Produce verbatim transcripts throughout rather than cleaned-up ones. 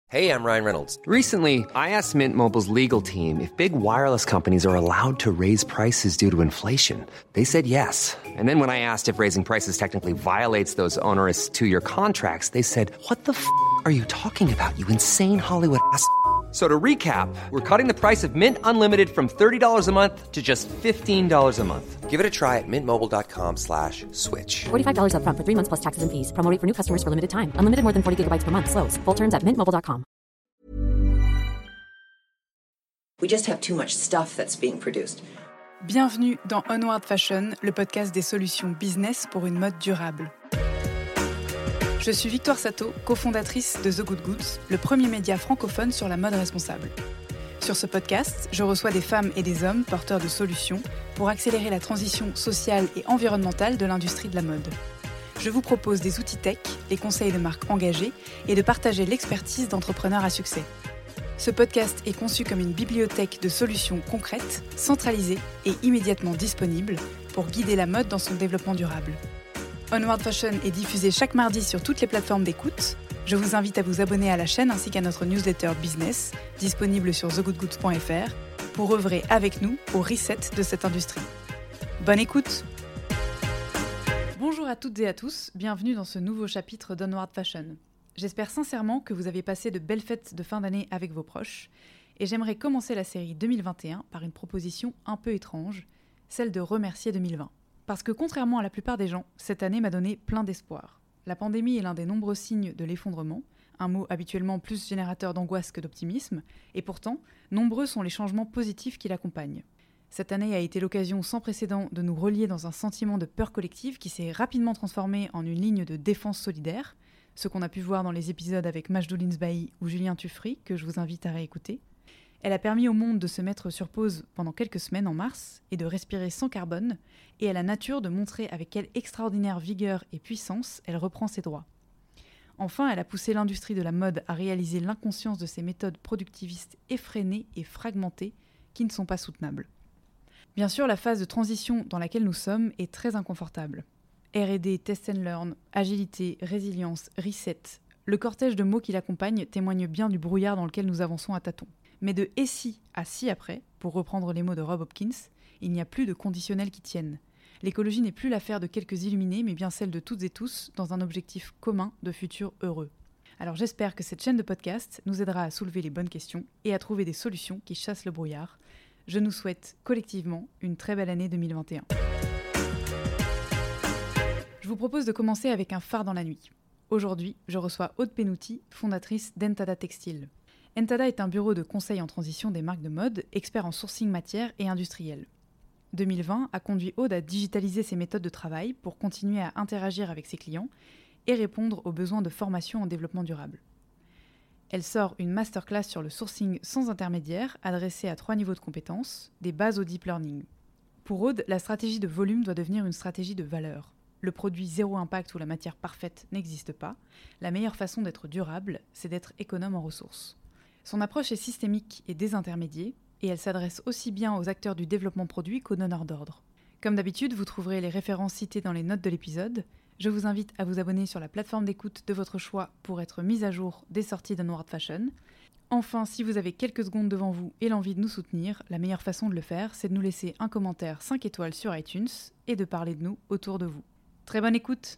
Hey, I'm Ryan Reynolds. Recently, I asked Mint Mobile's legal team if big wireless companies are allowed to raise prices due to inflation. They said yes. And then when I asked if raising prices technically violates those onerous two-year contracts, they said, "What the f*** are you talking about, you insane Hollywood ass f- So to recap, we're cutting the price of Mint Unlimited from thirty dollars a month to just fifteen dollars a month. Give it a try at mintmobile.com slash switch. forty-five dollars up front for three months plus taxes and fees. Promo rate for new customers for limited time. Unlimited more than forty gigabytes per month. Slows full terms at mint mobile dot com. We just have too much stuff that's being produced. Bienvenue dans Onward Fashion, le podcast des solutions business pour une mode durable. Je suis Victoire Sato, cofondatrice de The Good Goods, le premier média francophone sur la mode responsable. Sur ce podcast, je reçois des femmes et des hommes porteurs de solutions pour accélérer la transition sociale et environnementale de l'industrie de la mode. Je vous propose des outils tech, les conseils de marques engagées et de partager l'expertise d'entrepreneurs à succès. Ce podcast est conçu comme une bibliothèque de solutions concrètes, centralisées et immédiatement disponibles pour guider la mode dans son développement durable. Onward Fashion est diffusé chaque mardi sur toutes les plateformes d'écoute. Je vous invite à vous abonner à la chaîne ainsi qu'à notre newsletter business, disponible sur the good goods point f r, pour œuvrer avec nous au reset de cette industrie. Bonne écoute! Bonjour à toutes et à tous, bienvenue dans ce nouveau chapitre d'Onward Fashion. J'espère sincèrement que vous avez passé de belles fêtes de fin d'année avec vos proches, et j'aimerais commencer la série deux mille vingt et un par une proposition un peu étrange, celle de remercier deux mille vingt. Parce que contrairement à la plupart des gens, cette année m'a donné plein d'espoir. La pandémie est l'un des nombreux signes de l'effondrement, un mot habituellement plus générateur d'angoisse que d'optimisme, et pourtant, nombreux sont les changements positifs qui l'accompagnent. Cette année a été l'occasion sans précédent de nous relier dans un sentiment de peur collective qui s'est rapidement transformé en une ligne de défense solidaire, ce qu'on a pu voir dans les épisodes avec Majdou Linsbaï ou Julien Tuffry, que je vous invite à réécouter. Elle a permis au monde de se mettre sur pause pendant quelques semaines en mars et de respirer sans carbone, et à la nature de montrer avec quelle extraordinaire vigueur et puissance elle reprend ses droits. Enfin, elle a poussé l'industrie de la mode à réaliser l'inconscience de ces méthodes productivistes effrénées et fragmentées qui ne sont pas soutenables. Bien sûr, la phase de transition dans laquelle nous sommes est très inconfortable. R et D, test and learn, agilité, résilience, reset, le cortège de mots qui l'accompagnent témoigne bien du brouillard dans lequel nous avançons à tâtons. Mais de « et si » à « si après », pour reprendre les mots de Rob Hopkins, il n'y a plus de conditionnels qui tiennent. L'écologie n'est plus l'affaire de quelques illuminés, mais bien celle de toutes et tous, dans un objectif commun de futur heureux. Alors j'espère que cette chaîne de podcast nous aidera à soulever les bonnes questions et à trouver des solutions qui chassent le brouillard. Je nous souhaite collectivement une très belle année deux mille vingt et un. Je vous propose de commencer avec un phare dans la nuit. Aujourd'hui, je reçois Aude Penouty, fondatrice d'Entada Textile. Entada est un bureau de conseil en transition des marques de mode, expert en sourcing matière et industriel. deux mille vingt a conduit Aude à digitaliser ses méthodes de travail pour continuer à interagir avec ses clients et répondre aux besoins de formation en développement durable. Elle sort une masterclass sur le sourcing sans intermédiaire, adressée à trois niveaux de compétences, des bases au deep learning. Pour Aude, la stratégie de volume doit devenir une stratégie de valeur. Le produit zéro impact ou la matière parfaite n'existe pas. La meilleure façon d'être durable, c'est d'être économe en ressources. Son approche est systémique et désintermédiée, et elle s'adresse aussi bien aux acteurs du développement produit qu'aux donneurs d'ordre. Comme d'habitude, vous trouverez les références citées dans les notes de l'épisode. Je vous invite à vous abonner sur la plateforme d'écoute de votre choix pour être mis à jour des sorties d'Onward Fashion. Enfin, si vous avez quelques secondes devant vous et l'envie de nous soutenir, la meilleure façon de le faire, c'est de nous laisser un commentaire cinq étoiles sur iTunes et de parler de nous autour de vous. Très bonne écoute!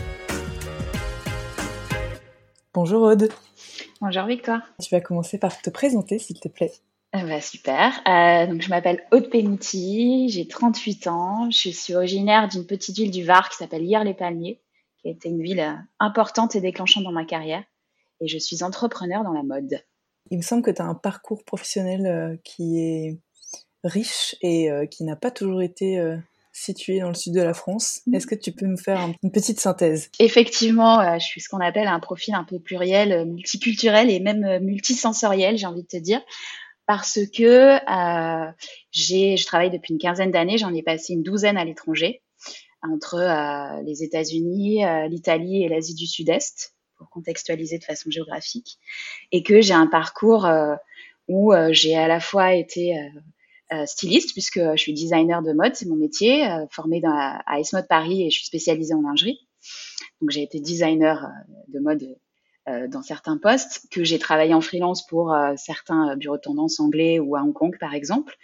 Bonjour Aude. Bonjour Victoire. Tu vas commencer par te présenter s'il te plaît. Euh, bah, super. Euh, donc je m'appelle Aude Penouty, j'ai trente-huit ans. Je suis originaire d'une petite ville du Var qui s'appelle Hyères-les-Palmiers, qui a été une ville euh, importante et déclenchante dans ma carrière. Et je suis entrepreneur dans la mode. Il me semble que tu as un parcours professionnel euh, qui est riche et euh, qui n'a pas toujours été euh, situé dans le sud de la France. Est-ce que tu peux nous faire un, une petite synthèse ? Effectivement, euh, je suis ce qu'on appelle un profil un peu pluriel, euh, multiculturel et même euh, multisensoriel, j'ai envie de te dire. Parce que euh, j'ai, je travaille depuis une quinzaine d'années, j'en ai passé une douzaine à l'étranger, entre euh, les États-Unis, euh, l'Italie et l'Asie du Sud-Est, pour contextualiser de façon géographique, et que j'ai un parcours euh, où euh, j'ai à la fois été euh, euh, styliste, puisque je suis designer de mode, c'est mon métier, euh, formée dans la, à Esmode Paris et je suis spécialisée en lingerie. Donc j'ai été designer euh, de mode euh, dans certains postes, que j'ai travaillé en freelance pour euh, certains bureaux de tendance anglais ou à Hong Kong, par exemple.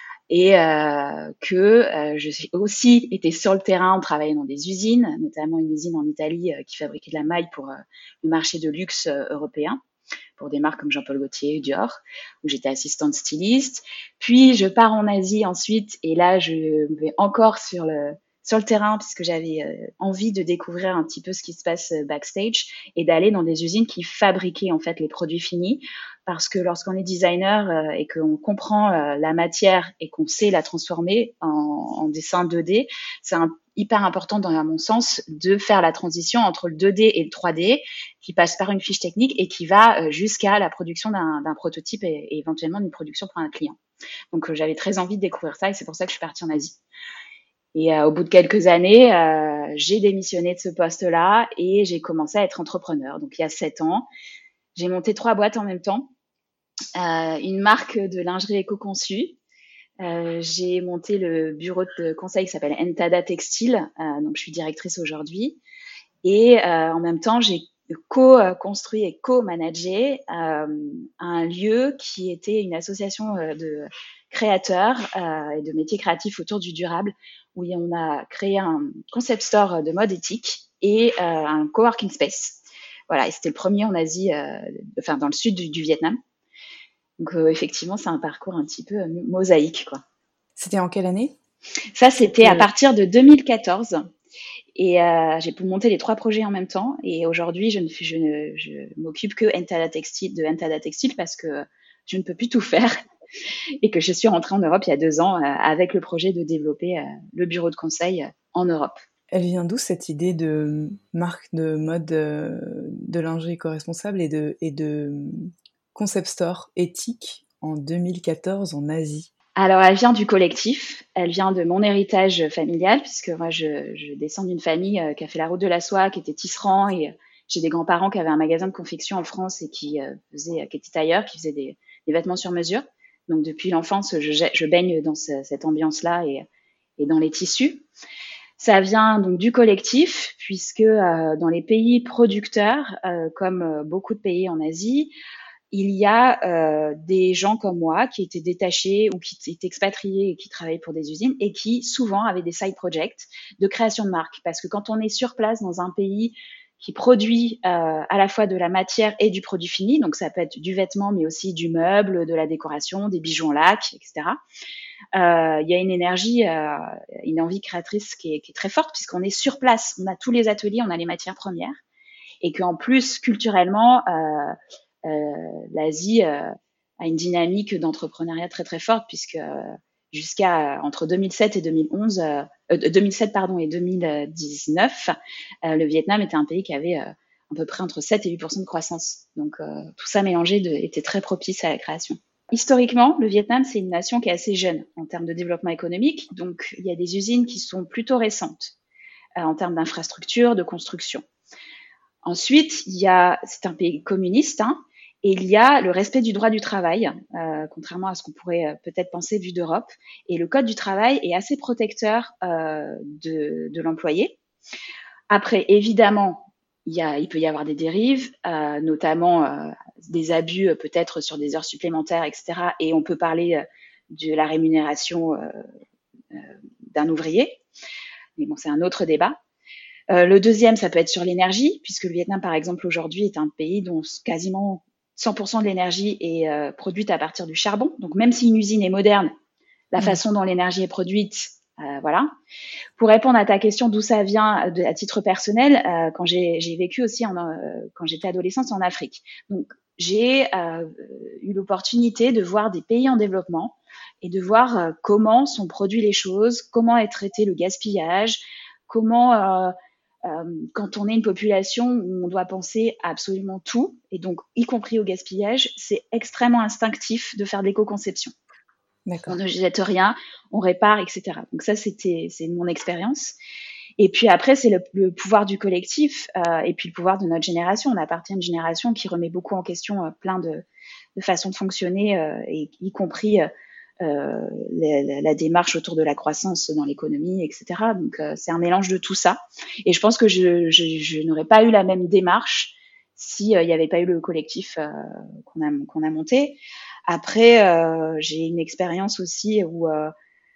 Et euh, que euh, je suis aussi été sur le terrain, on travaillait dans des usines, notamment une usine en Italie euh, qui fabriquait de la maille pour euh, le marché de luxe euh, européen, pour des marques comme Jean-Paul Gaultier, Dior, où j'étais assistante styliste. Puis je pars en Asie ensuite, et là je vais encore sur le sur le terrain, puisque j'avais euh, envie de découvrir un petit peu ce qui se passe euh, backstage et d'aller dans des usines qui fabriquaient en fait les produits finis. Parce que lorsqu'on est designer euh, et qu'on comprend euh, la matière et qu'on sait la transformer en, en dessin deux D, c'est un, hyper important, dans, à mon sens, de faire la transition entre le deux D et le trois D, qui passe par une fiche technique et qui va euh, jusqu'à la production d'un, d'un prototype et, et éventuellement d'une production pour un client. Donc euh, j'avais très envie de découvrir ça et c'est pour ça que je suis partie en Asie. Et euh, au bout de quelques années, euh, j'ai démissionné de ce poste-là et j'ai commencé à être entrepreneur. Donc il y a sept ans, j'ai monté trois boîtes en même temps. Euh, une marque de lingerie éco-conçue. Euh, j'ai monté le bureau de conseil qui s'appelle Entada Textile. Euh, donc je suis directrice aujourd'hui. Et euh, en même temps, j'ai co-construit et co-managé euh, un lieu qui était une association de créateurs euh, et de métiers créatifs autour du durable, où on a créé un concept store de mode éthique et euh, un coworking space. Voilà, et c'était le premier en Asie, euh, enfin dans le sud du, du Vietnam. Donc euh, effectivement, c'est un parcours un petit peu euh, mosaïque, quoi. C'était en quelle année ? Ça, c'était à partir de deux mille quatorze. Et euh, j'ai pu monter les trois projets en même temps. Et aujourd'hui, je ne, je ne je m'occupe que Entada Textile, de Entada Textile parce que je ne peux plus tout faire. Et que je suis rentrée en Europe il y a deux ans euh, avec le projet de développer euh, le bureau de conseil euh, en Europe. Elle vient d'où cette idée de marque de mode euh, de lingerie éco-responsable et de, et de concept store éthique en deux mille quatorze en Asie ? Alors, elle vient du collectif, elle vient de mon héritage familial, puisque moi, je, je descends d'une famille euh, qui a fait la route de la soie, qui était tisserand, et euh, j'ai des grands-parents qui avaient un magasin de confection en France et qui euh, faisaient, qui étaient tailleurs, qui faisaient des, des vêtements sur mesure. Donc, depuis l'enfance, je, je baigne dans ce, cette ambiance-là et, et dans les tissus. Ça vient donc du collectif, puisque euh, dans les pays producteurs, euh, comme euh, beaucoup de pays en Asie, il y a euh, des gens comme moi qui étaient détachés ou qui étaient expatriés et qui travaillaient pour des usines et qui souvent avaient des side projects de création de marque. Parce que quand on est sur place dans un pays qui produit euh, à la fois de la matière et du produit fini, donc ça peut être du vêtement mais aussi du meuble, de la décoration, des bijoux en lac, et cetera. Euh, il y a une énergie, euh, une envie créatrice qui est, qui est très forte puisqu'on est sur place, on a tous les ateliers, on a les matières premières et qu'en plus culturellement euh, Euh, l'Asie euh, a une dynamique d'entrepreneuriat très très forte puisque euh, jusqu'à entre deux mille sept et deux mille onze, euh, euh, deux mille sept pardon et deux mille dix-neuf, euh, le Vietnam était un pays qui avait euh, à peu près entre sept et huit pour cent de croissance. Donc euh, tout ça mélangé de, était très propice à la création. Historiquement, le Vietnam, c'est une nation qui est assez jeune en termes de développement économique. Donc il y a des usines qui sont plutôt récentes euh, en termes d'infrastructure, de construction. Ensuite, il y a, c'est un pays communiste, hein, et il y a le respect du droit du travail, euh, contrairement à ce qu'on pourrait euh, peut-être penser vu d'Europe. Et le code du travail est assez protecteur euh, de, de l'employé. Après, évidemment, il, y a, il peut y avoir des dérives, euh, notamment euh, des abus euh, peut-être sur des heures supplémentaires, et cetera. Et on peut parler euh, de la rémunération euh, euh, d'un ouvrier. Mais bon, c'est un autre débat. Euh, le deuxième, ça peut être sur l'énergie, puisque le Vietnam, par exemple, aujourd'hui, est un pays dont quasiment cent pour cent de l'énergie est euh, produite à partir du charbon. Donc, même si une usine est moderne, la mmh. façon dont l'énergie est produite, euh, voilà. Pour répondre à ta question d'où ça vient de, à titre personnel, euh, quand j'ai, j'ai vécu aussi en, euh, quand j'étais adolescente en Afrique. Donc, j'ai euh, eu l'opportunité de voir des pays en développement et de voir euh, comment sont produites les choses, comment est traité le gaspillage, comment... Euh, Euh, quand on est une population où on doit penser à absolument tout, et donc y compris au gaspillage, c'est extrêmement instinctif de faire de l'éco-conception. D'accord. On ne jette rien, on répare, et cetera. Donc ça, c'était c'est mon expérience. Et puis après, c'est le, le pouvoir du collectif euh, et puis le pouvoir de notre génération. On appartient à une génération qui remet beaucoup en question euh, plein de, de façons de fonctionner, euh, et y compris euh, Euh, la, la démarche autour de la croissance dans l'économie, et cetera. Donc, euh, c'est un mélange de tout ça. Et je pense que je, je, je n'aurais pas eu la même démarche s'il n'y avait pas eu le collectif euh, qu'on a, qu'on a monté. Après, euh, j'ai une expérience aussi où, euh,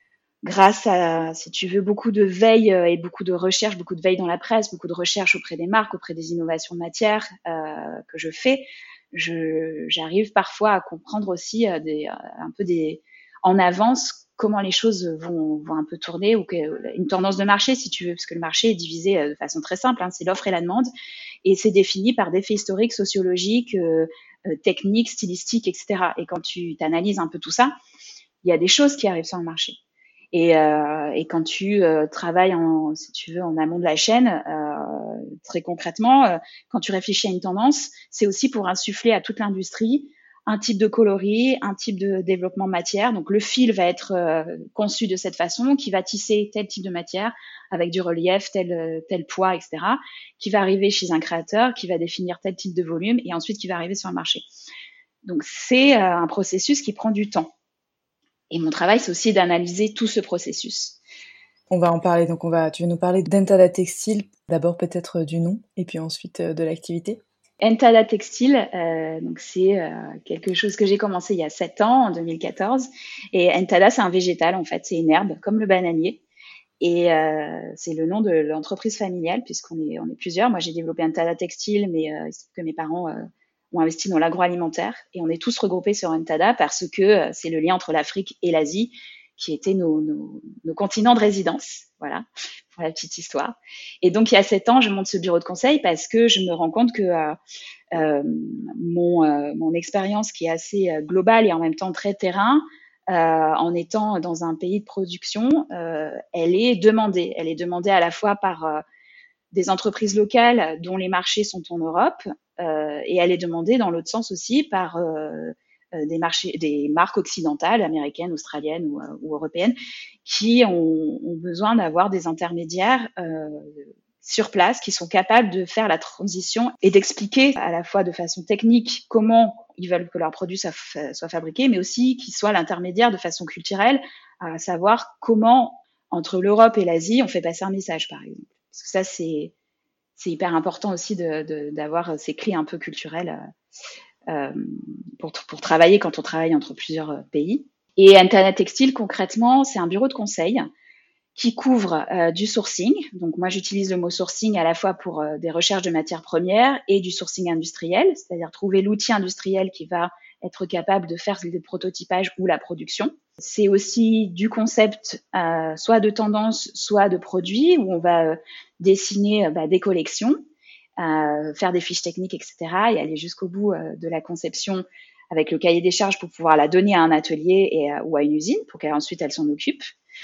grâce à, si tu veux, beaucoup de veille et beaucoup de recherche, beaucoup de veille dans la presse, beaucoup de recherche auprès des marques, auprès des innovations de matière euh, que je fais, je, j'arrive parfois à comprendre aussi euh, des, un peu des, en avance comment les choses vont, vont un peu tourner, ou que, une tendance de marché, si tu veux, parce que le marché est divisé de façon très simple, hein, c'est l'offre et la demande, et c'est défini par des faits historiques, sociologiques, euh, euh, techniques, stylistiques, et cetera. Et quand tu t'analyses un peu tout ça, il y a des choses qui arrivent sur le marché. Et, euh, et quand tu euh, travailles, en, si tu veux, en amont de la chaîne, euh, très concrètement, euh, quand tu réfléchis à une tendance, c'est aussi pour insuffler à toute l'industrie un type de coloris, un type de développement matière. Donc, le fil va être euh, conçu de cette façon, qui va tisser tel type de matière avec du relief, tel, tel poids, et cetera, qui va arriver chez un créateur, qui va définir tel type de volume et ensuite qui va arriver sur le marché. Donc, c'est euh, un processus qui prend du temps. Et mon travail, c'est aussi d'analyser tout ce processus. On va en parler. Donc, on va, tu vas nous parler d'Entada Textile, d'abord peut-être du nom et puis ensuite de l'activité. Entada Textile, euh, donc c'est euh, quelque chose que j'ai commencé il y a sept ans, en deux mille quatorze. Et Entada, c'est un végétal, en fait, c'est une herbe, comme le bananier. Et euh, c'est le nom de l'entreprise familiale, puisqu'on est, on est plusieurs. Moi, j'ai développé Entada Textile, mais euh, il se trouve que mes parents euh, ont investi dans l'agroalimentaire. Et on est tous regroupés sur Entada parce que euh, c'est le lien entre l'Afrique et l'Asie qui étaient nos, nos, nos continents de résidence. Voilà, pour la petite histoire. Et donc, il y a sept ans, je monte ce bureau de conseil parce que je me rends compte que euh, euh, mon, euh, mon expérience, qui est assez euh, globale et en même temps très terrain, euh, en étant dans un pays de production, euh, elle est demandée. Elle est demandée à la fois par euh, des entreprises locales dont les marchés sont en Europe, euh, et elle est demandée dans l'autre sens aussi par euh, des marchés, des marques occidentales, américaines, australiennes ou, ou européennes, qui ont, ont besoin d'avoir des intermédiaires euh, sur place, qui sont capables de faire la transition et d'expliquer à la fois de façon technique comment ils veulent que leurs produits soient, soient fabriqués, mais aussi qu'ils soient l'intermédiaire de façon culturelle, à savoir comment, entre l'Europe et l'Asie, on fait passer un message, par exemple. Parce que ça, c'est, c'est hyper important aussi de, de, d'avoir ces clés un peu culturelles euh, pour, pour travailler quand on travaille entre plusieurs pays. Et Entada Textile, concrètement, c'est un bureau de conseil qui couvre euh, du sourcing. Donc, moi, j'utilise le mot sourcing à la fois pour euh, des recherches de matières premières et du sourcing industriel, c'est-à-dire trouver l'outil industriel qui va être capable de faire le prototypage ou la production. C'est aussi du concept, euh, soit de tendance, soit de produit, où on va euh, dessiner euh, bah, des collections, euh, faire des fiches techniques, et cetera, et aller jusqu'au bout euh, de la conception avec le cahier des charges pour pouvoir la donner à un atelier et, euh, ou à une usine pour qu'ensuite elle s'en occupe.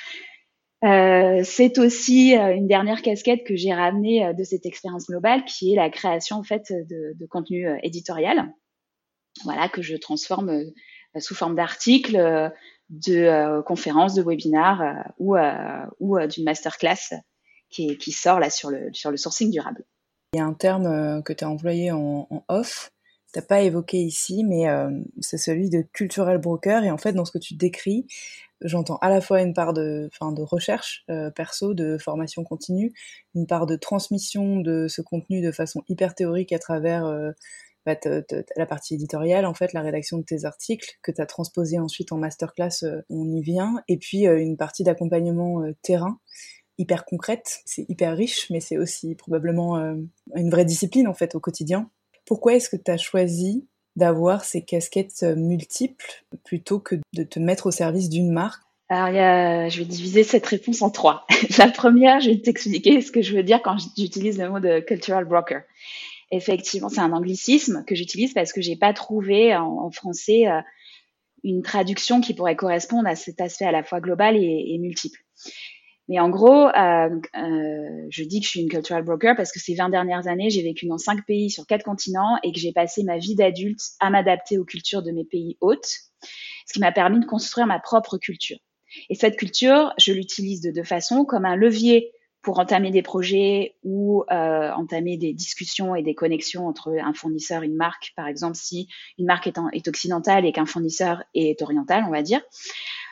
Euh, c'est aussi euh, une dernière casquette que j'ai ramenée euh, de cette expérience globale, qui est la création en fait de, de contenu euh, éditorial, voilà, que je transforme euh, sous forme d'articles, euh, de euh, conférences, de webinaires euh, ou, euh, ou euh, d'une masterclass qui, est, qui sort là sur le, sur le sourcing durable. Il y a un terme euh, que tu as employé en, en off, tu n'as pas évoqué ici, mais euh, c'est celui de cultural broker. Et en fait, dans ce que tu décris, j'entends à la fois une part de, enfin, de recherche euh, perso, de formation continue, une part de transmission de ce contenu de façon hyper théorique à travers euh, bah, t- t- la partie éditoriale, en fait, la rédaction de tes articles, que tu as transposé ensuite en masterclass, euh, on y vient, et puis euh, une partie d'accompagnement euh, terrain, hyper concrète. C'est hyper riche, mais c'est aussi probablement euh, une vraie discipline, en fait, au quotidien. Pourquoi est-ce que tu as choisi d'avoir ces casquettes multiples plutôt que de te mettre au service d'une marque? Alors, il y a, je vais diviser cette réponse en trois. La première, je vais t'expliquer ce que je veux dire quand j'utilise le mot de cultural broker. Effectivement, c'est un anglicisme que j'utilise parce que j'ai pas trouvé en, en français euh, une traduction qui pourrait correspondre à cet aspect à la fois global et, et multiple. Mais en gros, euh, euh, je dis que je suis une cultural broker parce que ces vingt dernières années, j'ai vécu dans cinq pays sur quatre continents et que j'ai passé ma vie d'adulte à m'adapter aux cultures de mes pays hôtes, ce qui m'a permis de construire ma propre culture. Et cette culture, je l'utilise de deux façons, comme un levier pour entamer des projets ou euh, entamer des discussions et des connexions entre un fournisseur et une marque. Par exemple, si une marque est, en, est occidentale et qu'un fournisseur est oriental, on va dire.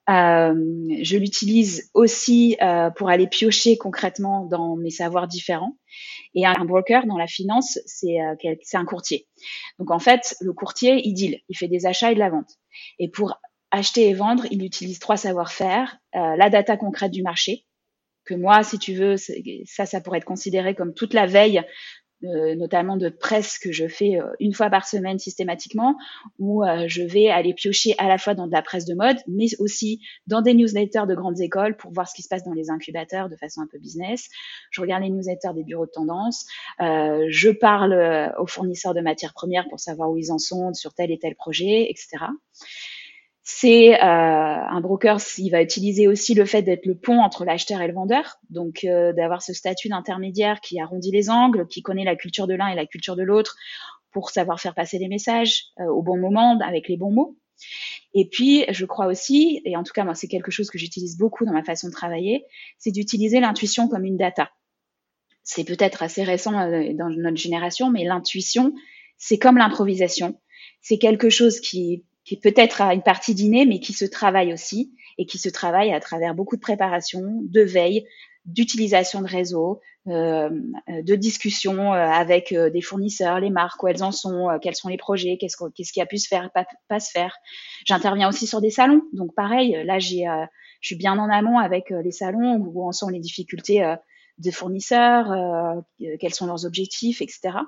Euh, je l'utilise aussi euh, pour aller piocher concrètement dans mes savoirs différents. Et un, un broker dans la finance, c'est, euh, c'est un courtier. Donc en fait, le courtier, il deal, il fait des achats et de la vente. Et pour acheter et vendre, il utilise trois savoir-faire, euh, la data concrète du marché, que moi, si tu veux, ça, ça pourrait être considéré comme toute la veille, euh, notamment de presse que je fais euh, une fois par semaine systématiquement, où euh, je vais aller piocher à la fois dans de la presse de mode, mais aussi dans des newsletters de grandes écoles pour voir ce qui se passe dans les incubateurs de façon un peu business. Je regarde les newsletters des bureaux de tendance, euh, je parle euh, aux fournisseurs de matières premières pour savoir où ils en sont sur tel et tel projet, et cetera. C'est euh, un broker, il va utiliser aussi le fait d'être le pont entre l'acheteur et le vendeur, donc euh, d'avoir ce statut d'intermédiaire qui arrondit les angles, qui connaît la culture de l'un et la culture de l'autre pour savoir faire passer les messages euh, au bon moment avec les bons mots. Et puis, je crois aussi, et en tout cas moi c'est quelque chose que j'utilise beaucoup dans ma façon de travailler, c'est d'utiliser l'intuition comme une data. C'est peut-être assez récent euh, dans notre génération, mais l'intuition, c'est comme l'improvisation. C'est quelque chose qui qui peut-être a une partie d'inné, mais qui se travaille aussi, et qui se travaille à travers beaucoup de préparation, de veille, d'utilisation de réseaux, euh, de discussions avec des fournisseurs, les marques, où elles en sont, quels sont les projets, qu'est-ce, qu'est-ce qui a pu se faire, pas, pas se faire. J'interviens aussi sur des salons, donc pareil, là j'ai, euh, je suis bien en amont avec les salons, où en sont les difficultés euh, des fournisseurs, euh, quels sont leurs objectifs, et cetera.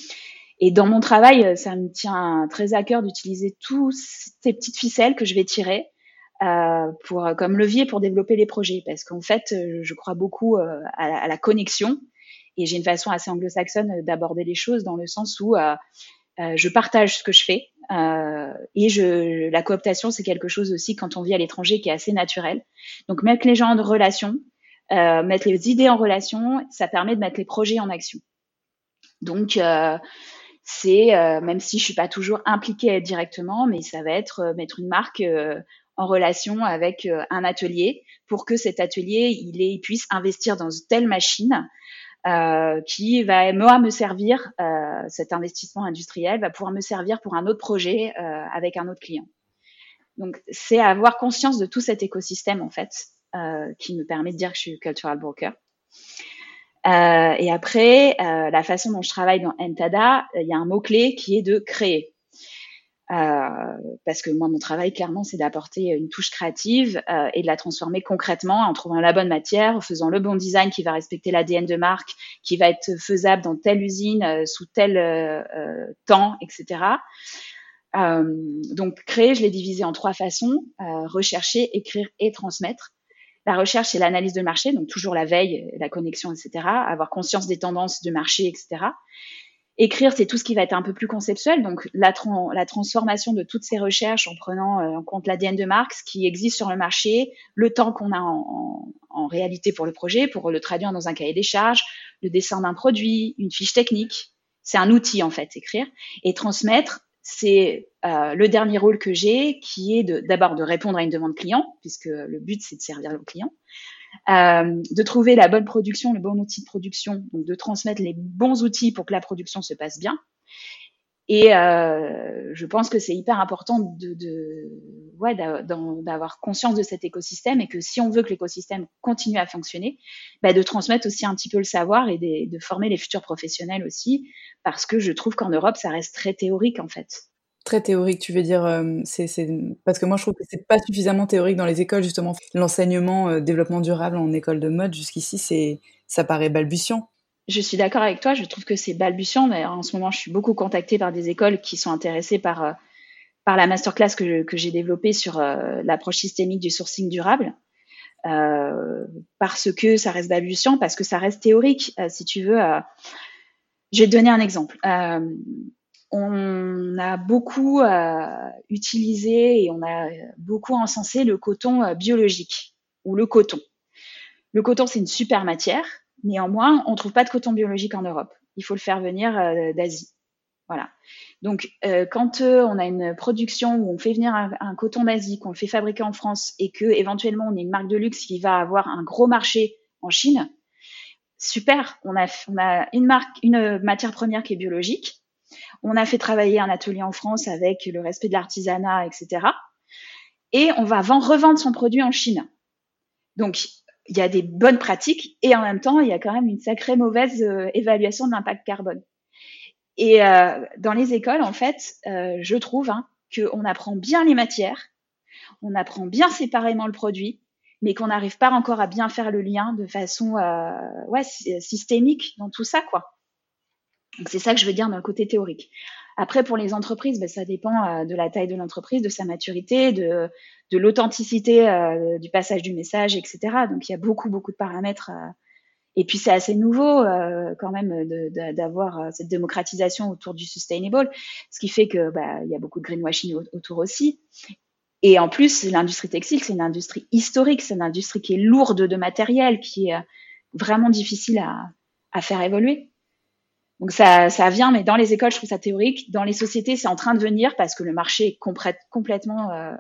Et dans mon travail, ça me tient très à cœur d'utiliser toutes ces petites ficelles que je vais tirer euh, pour, comme levier pour développer les projets. Parce qu'en fait, je crois beaucoup euh, à, la, à la connexion. Et j'ai une façon assez anglo-saxonne d'aborder les choses dans le sens où euh, euh, je partage ce que je fais. Euh, et je, la cooptation, c'est quelque chose aussi quand on vit à l'étranger qui est assez naturel. Donc mettre les gens en relation, euh, mettre les idées en relation, ça permet de mettre les projets en action. Donc, euh, c'est, euh, même si je suis pas toujours impliquée directement, mais ça va être euh, mettre une marque euh, en relation avec euh, un atelier pour que cet atelier, il, est, il puisse investir dans telle machine euh, qui va moi me servir, euh, cet investissement industriel va pouvoir me servir pour un autre projet euh, avec un autre client. Donc, c'est avoir conscience de tout cet écosystème, en fait, euh, qui me permet de dire que je suis cultural broker. Euh, et après, euh, la façon dont je travaille dans Entada, il y a un mot-clé qui est de créer. Euh, parce que moi, mon travail, clairement, c'est d'apporter une touche créative euh, et de la transformer concrètement en trouvant la bonne matière, en faisant le bon design qui va respecter l'A D N de marque, qui va être faisable dans telle usine, euh, sous tel euh, euh, temps, et cetera. Euh, donc, créer, je l'ai divisé en trois façons, euh, rechercher, écrire et transmettre. La recherche, c'est l'analyse de marché, donc toujours la veille, la connexion, et cetera. Avoir conscience des tendances de marché, et cetera. Écrire, c'est tout ce qui va être un peu plus conceptuel, donc la, tra- la transformation de toutes ces recherches en prenant euh, en compte l'A D N de marque, ce qui existe sur le marché, le temps qu'on a en, en, en réalité pour le projet, pour le traduire dans un cahier des charges, le dessin d'un produit, une fiche technique. C'est un outil, en fait, écrire. Et transmettre, c'est euh, le dernier rôle que j'ai, qui est de, d'abord de répondre à une demande client, puisque le but, c'est de servir le client. Euh, de trouver la bonne production, le bon outil de production, donc de transmettre les bons outils pour que la production se passe bien. Et euh, je pense que c'est hyper important de, de, ouais, d'avoir conscience de cet écosystème et que si on veut que l'écosystème continue à fonctionner, bah de transmettre aussi un petit peu le savoir et de, de former les futurs professionnels aussi, parce que je trouve qu'en Europe, ça reste très théorique en fait. Très théorique, tu veux dire, euh, c'est, c'est... parce que moi je trouve que c'est pas suffisamment théorique dans les écoles, justement. L'enseignement euh, développement durable en école de mode, jusqu'ici, c'est... ça paraît balbutiant. Je suis d'accord avec toi, je trouve que c'est balbutiant. D'ailleurs, en ce moment, je suis beaucoup contactée par des écoles qui sont intéressées par, euh, par la masterclass que, je, que j'ai développée sur euh, l'approche systémique du sourcing durable. Euh, parce que ça reste balbutiant, parce que ça reste théorique. Euh, si tu veux, euh... je vais te donner un exemple. Euh, On a beaucoup euh, utilisé et on a beaucoup encensé le coton euh, biologique ou le coton. Le coton, c'est une super matière. Néanmoins, on ne trouve pas de coton biologique en Europe. Il faut le faire venir euh, d'Asie. Voilà. Donc, euh, quand euh, on a une production où on fait venir un, un coton d'Asie, qu'on le fait fabriquer en France et que éventuellement on est une marque de luxe qui va avoir un gros marché en Chine, super. On a, on a une marque, une matière première qui est biologique. On a fait travailler un atelier en France avec le respect de l'artisanat, et cetera. et on va vend, revendre son produit en Chine. Donc, il y a des bonnes pratiques et en même temps, il y a quand même une sacrée mauvaise euh, évaluation de l'impact carbone. Et euh, dans les écoles, en fait, euh, je trouve hein, qu'on apprend bien les matières, on apprend bien séparément le produit, mais qu'on n'arrive pas encore à bien faire le lien de façon euh, ouais, systémique dans tout ça, quoi. Donc, c'est ça que je veux dire dans le côté théorique. Après, pour les entreprises, ben, ça dépend euh, de la taille de l'entreprise, de sa maturité, de, de l'authenticité euh, du passage du message, et cetera. Donc, il y a beaucoup, beaucoup de paramètres. Euh, et puis, c'est assez nouveau euh, quand même de, de, d'avoir euh, cette démocratisation autour du sustainable, ce qui fait que bah, il y a beaucoup de greenwashing autour aussi. Et en plus, l'industrie textile, c'est une industrie historique, c'est une industrie qui est lourde de matériel, qui est vraiment difficile à, à faire évoluer. Donc ça, ça vient, mais dans les écoles, je trouve ça théorique. Dans les sociétés, c'est en train de venir parce que le marché est complè- complètement, euh,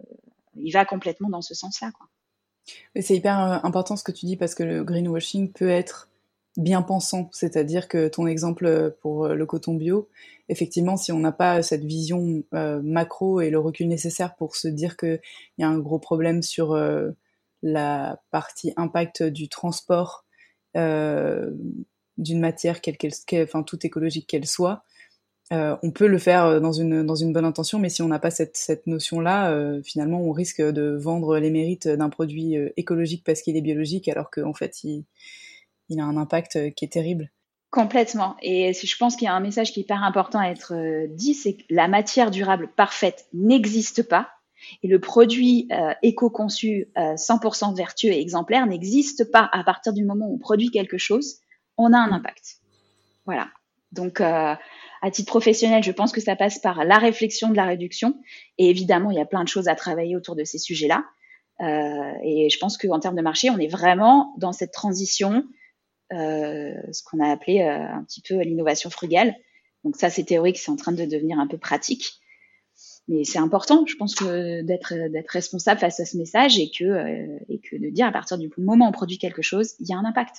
il va complètement dans ce sens-là, quoi. Mais c'est hyper important ce que tu dis parce que le greenwashing peut être bien pensant, c'est-à-dire que ton exemple pour le coton bio, effectivement, si on n'a pas cette vision euh, macro et le recul nécessaire pour se dire qu'il y a un gros problème sur euh, la partie impact du transport euh, d'une matière, quelle qu'elle, qu'elle, enfin toute écologique qu'elle soit, euh, on peut le faire dans une dans une bonne intention, mais si on n'a pas cette cette notion-là, euh, finalement, on risque de vendre les mérites d'un produit euh, écologique parce qu'il est biologique, alors qu'en fait, il il a un impact qui est terrible. Complètement. Et je pense qu'il y a un message qui est hyper important à être dit, c'est que la matière durable parfaite n'existe pas. Et le produit euh, éco-conçu euh, cent pour cent vertueux et exemplaire n'existe pas. À partir du moment où on produit quelque chose, on a un impact. Voilà. Donc, euh, à titre professionnel, je pense que ça passe par la réflexion de la réduction. Et évidemment, il y a plein de choses à travailler autour de ces sujets-là. Euh, et je pense qu'en termes de marché, on est vraiment dans cette transition, euh, ce qu'on a appelé euh, un petit peu l'innovation frugale. Donc ça, c'est théorique, c'est en train de devenir un peu pratique. Mais c'est important, je pense, que d'être, d'être responsable face à ce message et que, euh, et que de dire à partir du moment où on produit quelque chose, il y a un impact.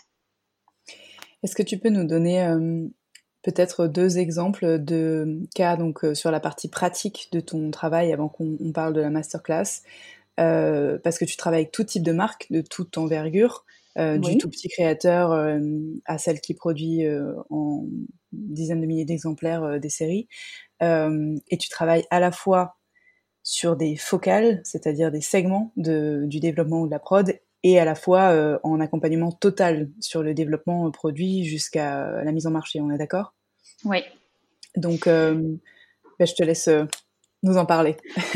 Est-ce que tu peux nous donner euh, peut-être deux exemples de cas donc, euh, sur la partie pratique de ton travail avant qu'on on parle de la masterclass, euh, parce que tu travailles avec tout type de marque, de toute envergure, euh, oui. Du tout petit créateur euh, à celle qui produit euh, en dizaines de milliers d'exemplaires euh, des séries, euh, et tu travailles à la fois sur des focales, c'est-à-dire des segments de, du développement ou de la prod, et à la fois euh, en accompagnement total sur le développement produit jusqu'à la mise en marché, on est d'accord ? Oui. Donc, euh, ben, je te laisse euh, nous en parler.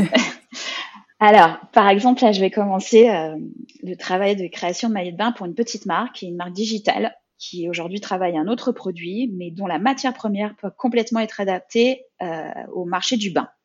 Alors, par exemple, là, je vais commencer euh, le travail de création de maillots de bain pour une petite marque, qui est une marque digitale, qui aujourd'hui travaille un autre produit, mais dont la matière première peut complètement être adaptée euh, au marché du bain.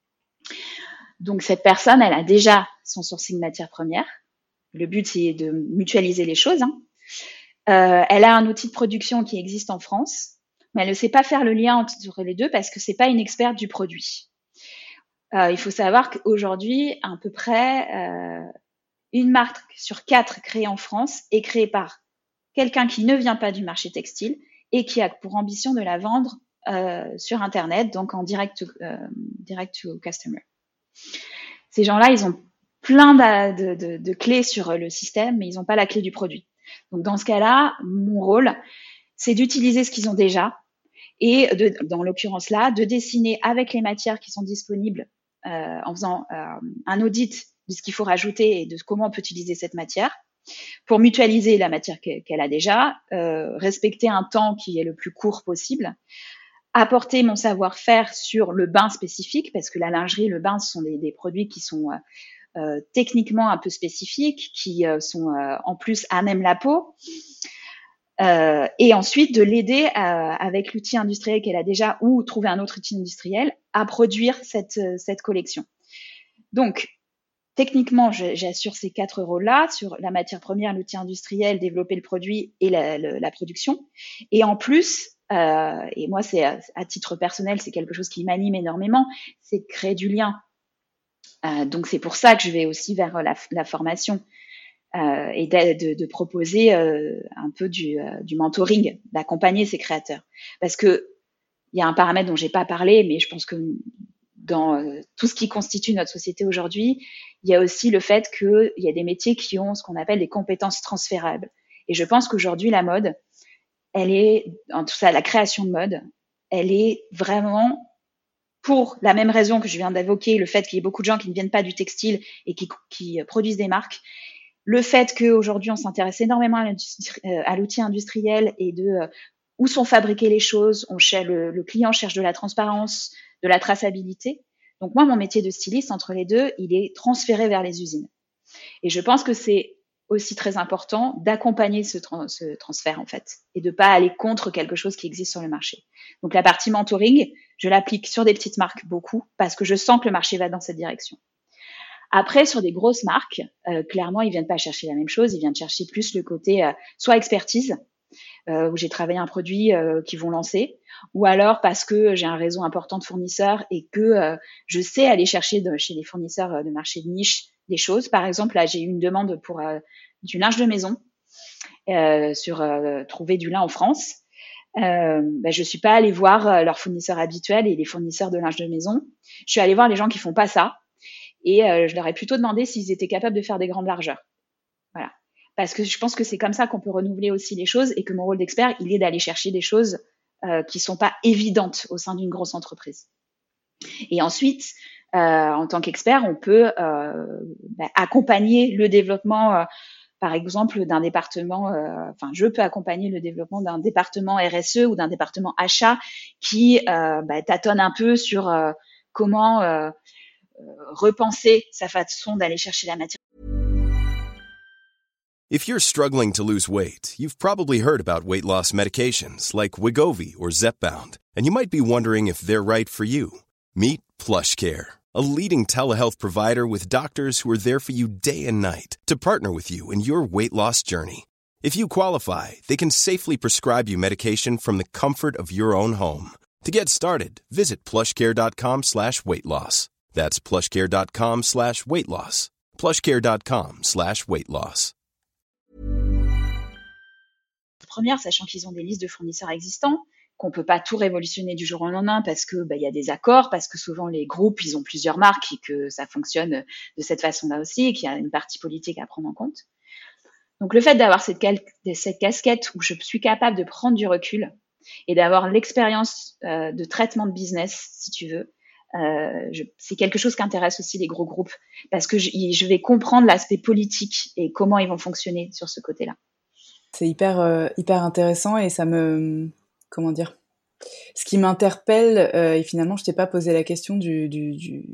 Donc, cette personne, elle a déjà son sourcing matière première. Le but, c'est de mutualiser les choses. Hein. Euh, elle a un outil de production qui existe en France, mais elle ne sait pas faire le lien entre les deux parce que c'est pas une experte du produit. Euh, il faut savoir qu'aujourd'hui, à peu près euh, une marque sur quatre créée en France est créée par quelqu'un qui ne vient pas du marché textile et qui a pour ambition de la vendre euh, sur Internet, donc en direct, euh, direct to customer. Ces gens-là, ils ont plein de, de, de clés sur le système, mais ils n'ont pas la clé du produit. Donc, dans ce cas-là, mon rôle, c'est d'utiliser ce qu'ils ont déjà et, de, dans l'occurrence là, de dessiner avec les matières qui sont disponibles euh, en faisant euh, un audit de ce qu'il faut rajouter et de comment on peut utiliser cette matière pour mutualiser la matière qu'elle a déjà, euh, respecter un temps qui est le plus court possible, apporter mon savoir-faire sur le bain spécifique, parce que la lingerie, le bain, ce sont des, des produits qui sont euh, Euh, techniquement un peu spécifiques, qui euh, sont euh, en plus à même la peau, euh, et ensuite de l'aider à, avec l'outil industriel qu'elle a déjà ou trouver un autre outil industriel à produire cette, cette collection. Donc, techniquement, je, j'assure ces quatre rôles-là sur la matière première, l'outil industriel, développer le produit et la, la, la production. Et en plus, euh, et moi, c'est à, à titre personnel, c'est quelque chose qui m'anime énormément, c'est de créer du lien. Euh, donc c'est pour ça que je vais aussi vers la, la formation euh, et de, de, de proposer euh, un peu du, euh, du mentoring, d'accompagner ces créateurs. Parce que il y a un paramètre dont j'ai pas parlé, mais je pense que dans euh, tout ce qui constitue notre société aujourd'hui, il y a aussi le fait qu'il y a des métiers qui ont ce qu'on appelle des compétences transférables. Et je pense qu'aujourd'hui, la mode, elle est, en tout cas, la création de mode, elle est vraiment, pour la même raison que je viens d'évoquer, le fait qu'il y ait beaucoup de gens qui ne viennent pas du textile et qui, qui produisent des marques, le fait qu'aujourd'hui, on s'intéresse énormément à, à l'outil industriel et de euh, où sont fabriquées les choses, on cherche, le, le client cherche de la transparence, de la traçabilité. Donc moi, mon métier de styliste, entre les deux, il est transféré vers les usines. Et je pense que c'est aussi très important d'accompagner ce, tra- ce transfert, en fait, et de pas aller contre quelque chose qui existe sur le marché. Donc la partie mentoring, je l'applique sur des petites marques beaucoup, parce que je sens que le marché va dans cette direction. Après, sur des grosses marques, euh, clairement, ils viennent pas chercher la même chose, ils viennent chercher plus le côté euh, soit expertise, euh, où j'ai travaillé un produit euh, qu'ils vont lancer, ou alors parce que j'ai un réseau important de fournisseurs et que euh, je sais aller chercher de, chez les fournisseurs de marché de niche des choses. Par exemple, là, j'ai eu une demande pour euh, du linge de maison, euh, sur euh, trouver du lin en France. Euh, ben, je suis pas allée voir euh, leurs fournisseurs habituels et les fournisseurs de linge de maison. Je suis allée voir les gens qui font pas ça. Et euh, je leur ai plutôt demandé s'ils étaient capables de faire des grandes largeurs. Voilà. Parce que je pense que c'est comme ça qu'on peut renouveler aussi les choses et que mon rôle d'expert, il est d'aller chercher des choses euh, qui sont pas évidentes au sein d'une grosse entreprise. Et ensuite, euh, en tant qu'expert, on peut euh, bah, accompagner le développement, euh, par exemple, d'un département, euh, enfin, je peux accompagner le développement d'un département R S E ou d'un département achat qui euh, bah, tâtonne un peu sur euh, comment euh, repenser sa façon d'aller chercher la matière. If you're struggling to lose weight, you've probably heard about weight loss medications like Wegovy or Zepbound, and you might be wondering if they're right for you. Meet PlushCare, a leading telehealth provider with doctors who are there for you day and night to partner with you in your weight loss journey. If you qualify, they can safely prescribe you medication from the comfort of your own home. To get started, visit plushcare.com slash weight loss. That's plushcare.com slash weight loss. plushcare.com slash weight loss. Première, sachant qu'ils ont des listes de fournisseurs existants, qu'on peut pas tout révolutionner du jour au lendemain parce que bah, y a des accords, parce que souvent les groupes, ils ont plusieurs marques et que ça fonctionne de cette façon-là aussi et qu'il y a une partie politique à prendre en compte. Donc le fait d'avoir cette, cal- cette casquette où je suis capable de prendre du recul et d'avoir l'expérience euh, de traitement de business, si tu veux, Euh, je, c'est quelque chose qui intéresse aussi les gros groupes parce que je, je vais comprendre l'aspect politique et comment ils vont fonctionner sur ce côté-là. C'est hyper, euh, hyper intéressant et ça me... Comment dire ? Ce qui m'interpelle, euh, et finalement je t'ai pas posé la question du, du, du,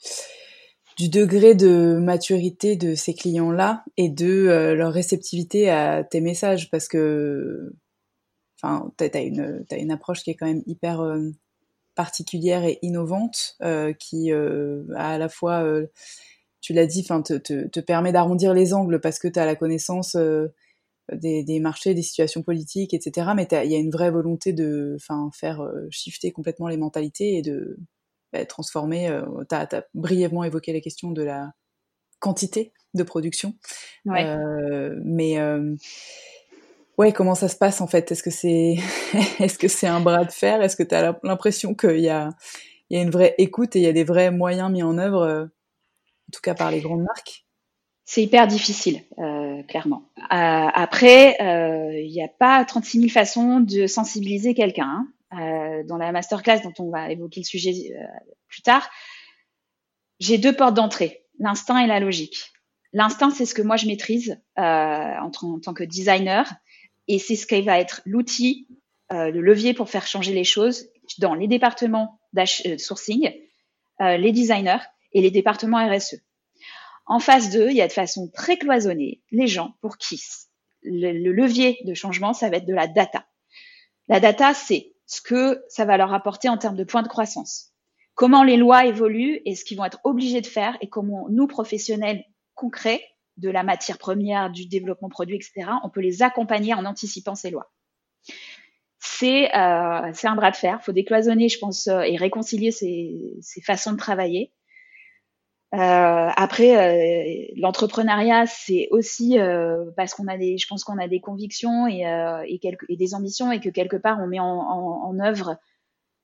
du degré de maturité de ces clients-là et de euh, leur réceptivité à tes messages parce que enfin, t'as, t'as, une, t'as une approche qui est quand même hyper... Euh, particulière et innovante euh, qui euh, à la fois, euh, tu l'as dit, te, te, te permet d'arrondir les angles parce que tu as la connaissance euh, des, des marchés, des situations politiques, et cetera. Mais il y a une vraie volonté de faire euh, shifter complètement les mentalités et de bah, transformer. Euh, tu as brièvement évoqué la question de la quantité de production. Ouais. Euh, mais... Euh, Ouais, comment ça se passe en fait ? Est-ce que c'est, est-ce que c'est un bras de fer ? Est-ce que tu as l'impression qu'il y a, il y a une vraie écoute et il y a des vrais moyens mis en œuvre, euh, en tout cas par les grandes marques ? C'est hyper difficile, euh, clairement. Euh, après, il n'y a pas trente-six mille façons de sensibiliser quelqu'un. Hein. Euh, dans la masterclass dont on va évoquer le sujet euh, plus tard, j'ai deux portes d'entrée, l'instinct et la logique. L'instinct, c'est ce que moi je maîtrise euh, en, en tant que designer. Et c'est ce qui va être l'outil, euh, le levier pour faire changer les choses dans les départements de sourcing, euh, les designers et les départements R S E. En phase deux, il y a de façon très cloisonnée les gens pour qui le, le levier de changement, ça va être de la data. La data, c'est ce que ça va leur apporter en termes de points de croissance. Comment les lois évoluent et ce qu'ils vont être obligés de faire et comment nous, professionnels concrets, de la matière première, du développement produit, et cetera, on peut les accompagner en anticipant ces lois. C'est, euh, c'est un bras de fer. Il faut décloisonner, je pense, euh, et réconcilier ces, ces façons de travailler. Euh, après, euh, l'entrepreneuriat, c'est aussi euh, parce qu'on a des, je pense qu'on a des convictions et, euh, et, quelques, et des ambitions et que quelque part, on met en, en, en œuvre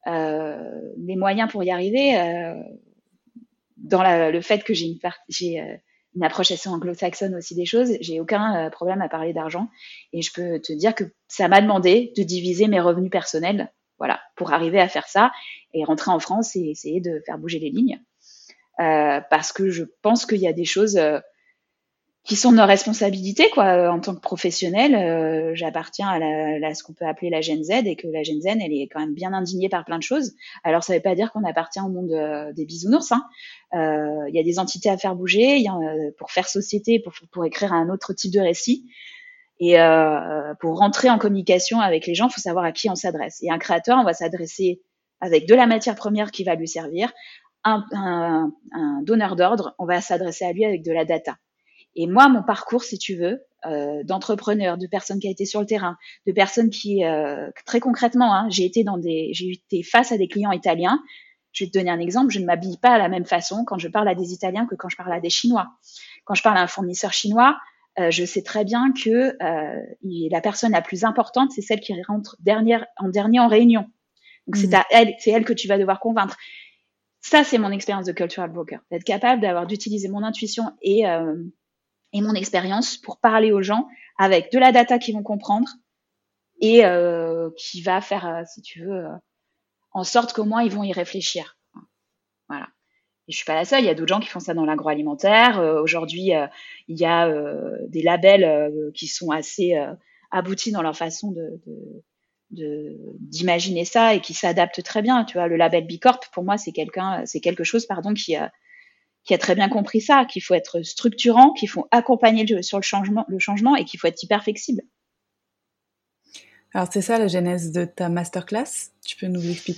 euh, les moyens pour y arriver, euh, dans la, le fait que j'ai une, part, j'ai, euh, une approche assez anglo-saxonne aussi des choses, j'ai aucun euh, problème à parler d'argent. Et je peux te dire que ça m'a demandé de diviser mes revenus personnels, voilà, pour arriver à faire ça et rentrer en France et essayer de faire bouger les lignes. Euh, parce que je pense qu'il y a des choses euh, qui sont de nos responsabilités, quoi. En tant que professionnel, euh, j'appartiens à, la, à ce qu'on peut appeler la Gen Z, et que la Gen Z, elle est quand même bien indignée par plein de choses. Alors, ça ne veut pas dire qu'on appartient au monde euh, des bisounours. Hein. Euh, il y a des entités à faire bouger, il y a, euh, pour faire société, pour, pour écrire un autre type de récit. Et euh, pour rentrer en communication avec les gens, il faut savoir à qui on s'adresse. Et un créateur, on va s'adresser avec de la matière première qui va lui servir. Un, un, un donneur d'ordre, on va s'adresser à lui avec de la data. Et moi, mon parcours, si tu veux, euh, d'entrepreneur, de personnes qui a été sur le terrain, de personnes qui, euh, très concrètement, hein, j'ai été dans des, j'ai été face à des clients italiens. Je vais te donner un exemple. Je ne m'habille pas à la même façon quand je parle à des Italiens que quand je parle à des Chinois. Quand je parle à un fournisseur chinois, euh, je sais très bien que euh, la personne la plus importante, c'est celle qui rentre dernière, en dernier en réunion. Donc mmh. c'est à elle, c'est elle que tu vas devoir convaincre. Ça, c'est mon expérience de cultural broker, d'être capable d'avoir d'utiliser mon intuition et euh, et mon expérience pour parler aux gens avec de la data qu'ils vont comprendre et euh, qui va faire, euh, si tu veux, euh, en sorte qu'au moins ils vont y réfléchir. Voilà. Et je suis pas la seule, il y a d'autres gens qui font ça dans l'agroalimentaire. Euh, aujourd'hui, euh, il y a euh, des labels euh, qui sont assez euh, aboutis dans leur façon de, de, de d'imaginer ça et qui s'adaptent très bien. Tu vois, le label B Corp, pour moi, c'est quelqu'un, c'est quelque chose, pardon, qui a qui a très bien compris ça, qu'il faut être structurant, qu'il faut accompagner le, sur le changement, le changement et qu'il faut être hyper flexible. Alors, c'est ça la genèse de ta masterclass. Tu peux nous l'expliquer ?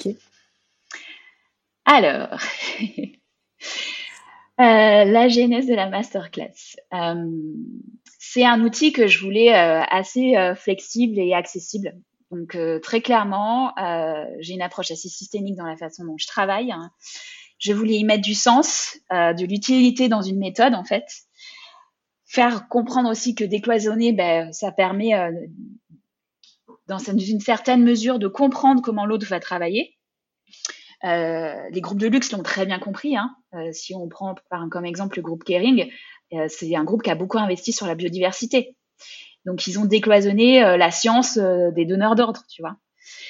Alors, euh, la genèse de la masterclass. Euh, c'est un outil que je voulais euh, assez euh, flexible et accessible. Donc, euh, très clairement, euh, j'ai une approche assez systémique dans la façon dont je travaille. Hein. Je voulais y mettre du sens, euh, de l'utilité dans une méthode, en fait. Faire comprendre aussi que décloisonner, ben, ça permet, euh, dans une certaine mesure, de comprendre comment l'autre va travailler. Euh, les groupes de luxe l'ont très bien compris. Hein. Euh, si on prend par, comme exemple le groupe Kering, euh, c'est un groupe qui a beaucoup investi sur la biodiversité. Donc, ils ont décloisonné euh, la science euh, des donneurs d'ordre, tu vois.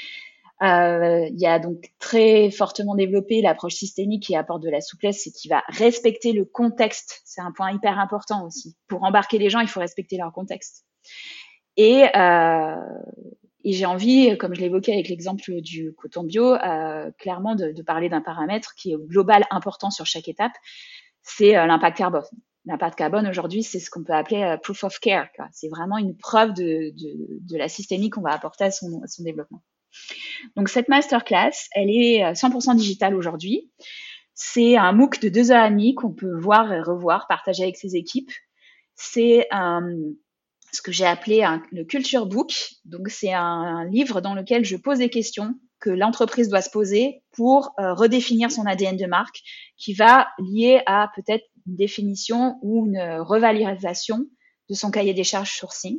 Euh, il y a donc très fortement développé l'approche systémique qui apporte de la souplesse et qui va respecter le contexte. C'est un point hyper important aussi. Pour embarquer les gens, il faut respecter leur contexte. Et, euh, et j'ai envie, comme je l'évoquais avec l'exemple du coton bio, euh, clairement de, de parler d'un paramètre qui est global, important sur chaque étape, c'est euh, l'impact carbone. L'impact carbone, aujourd'hui, c'est ce qu'on peut appeler euh, proof of care, quoi. C'est vraiment une preuve de, de, de la systémique qu'on va apporter à son, à son développement. Donc, cette masterclass, elle est cent pour cent digitale aujourd'hui. C'est un MOOC de deux heures et demie qu'on peut voir et revoir, partager avec ses équipes. C'est un, ce que j'ai appelé un, le Culture Book. Donc, c'est un, un livre dans lequel je pose des questions que l'entreprise doit se poser pour euh, redéfinir son A D N de marque, qui va lier à peut-être une définition ou une revalorisation de son cahier des charges sourcing.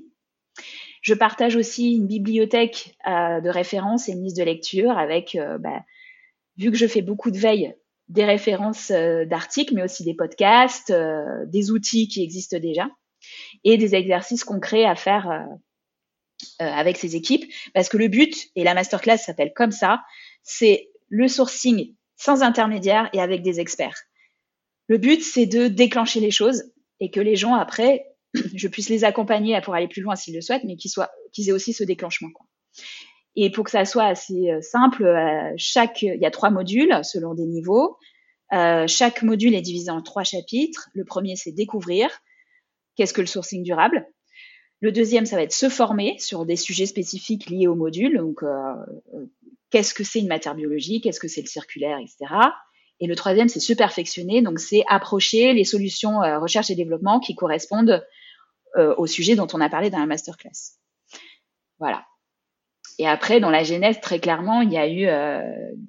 Je partage aussi une bibliothèque euh, de références et une liste de lecture avec, euh, bah, vu que je fais beaucoup de veille, des références euh, d'articles, mais aussi des podcasts, euh, des outils qui existent déjà et des exercices concrets à faire euh, euh, avec ces équipes. Parce que le but, et la masterclass s'appelle comme ça, c'est le sourcing sans intermédiaire et avec des experts. Le but, c'est de déclencher les choses et que les gens, après, je puisse les accompagner pour aller plus loin s'ils le souhaitent, mais qu'ils soient, qu'ils aient aussi ce déclenchement, quoi. Et pour que ça soit assez simple, euh, chaque, il y a trois modules selon des niveaux. Euh, chaque module est divisé en trois chapitres. Le premier, c'est découvrir. Qu'est-ce que le sourcing durable? Le deuxième, ça va être se former sur des sujets spécifiques liés au module. Donc, euh, qu'est-ce que c'est une matière biologique? Qu'est-ce que c'est le circulaire, et cetera. Et le troisième, c'est se perfectionner. Donc, c'est approcher les solutions euh, recherche et développement qui correspondent euh, au sujet dont on a parlé dans la masterclass. Voilà. Et après, dans la genèse, très clairement, il y a eu euh,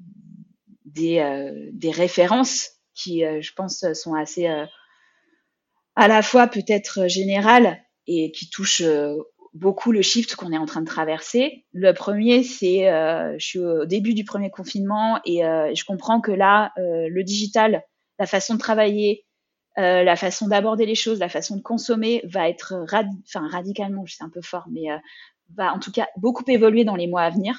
des, euh, des références qui, euh, je pense, sont assez euh, à la fois peut-être générales et qui touchent euh, beaucoup le shift qu'on est en train de traverser. Le premier, c'est, euh, je suis au début du premier confinement et euh, je comprends que là, euh, le digital, la façon de travailler, euh, la façon d'aborder les choses, la façon de consommer va être rad- enfin, radicalement, c'est un peu fort, mais euh, va en tout cas beaucoup évoluer dans les mois à venir.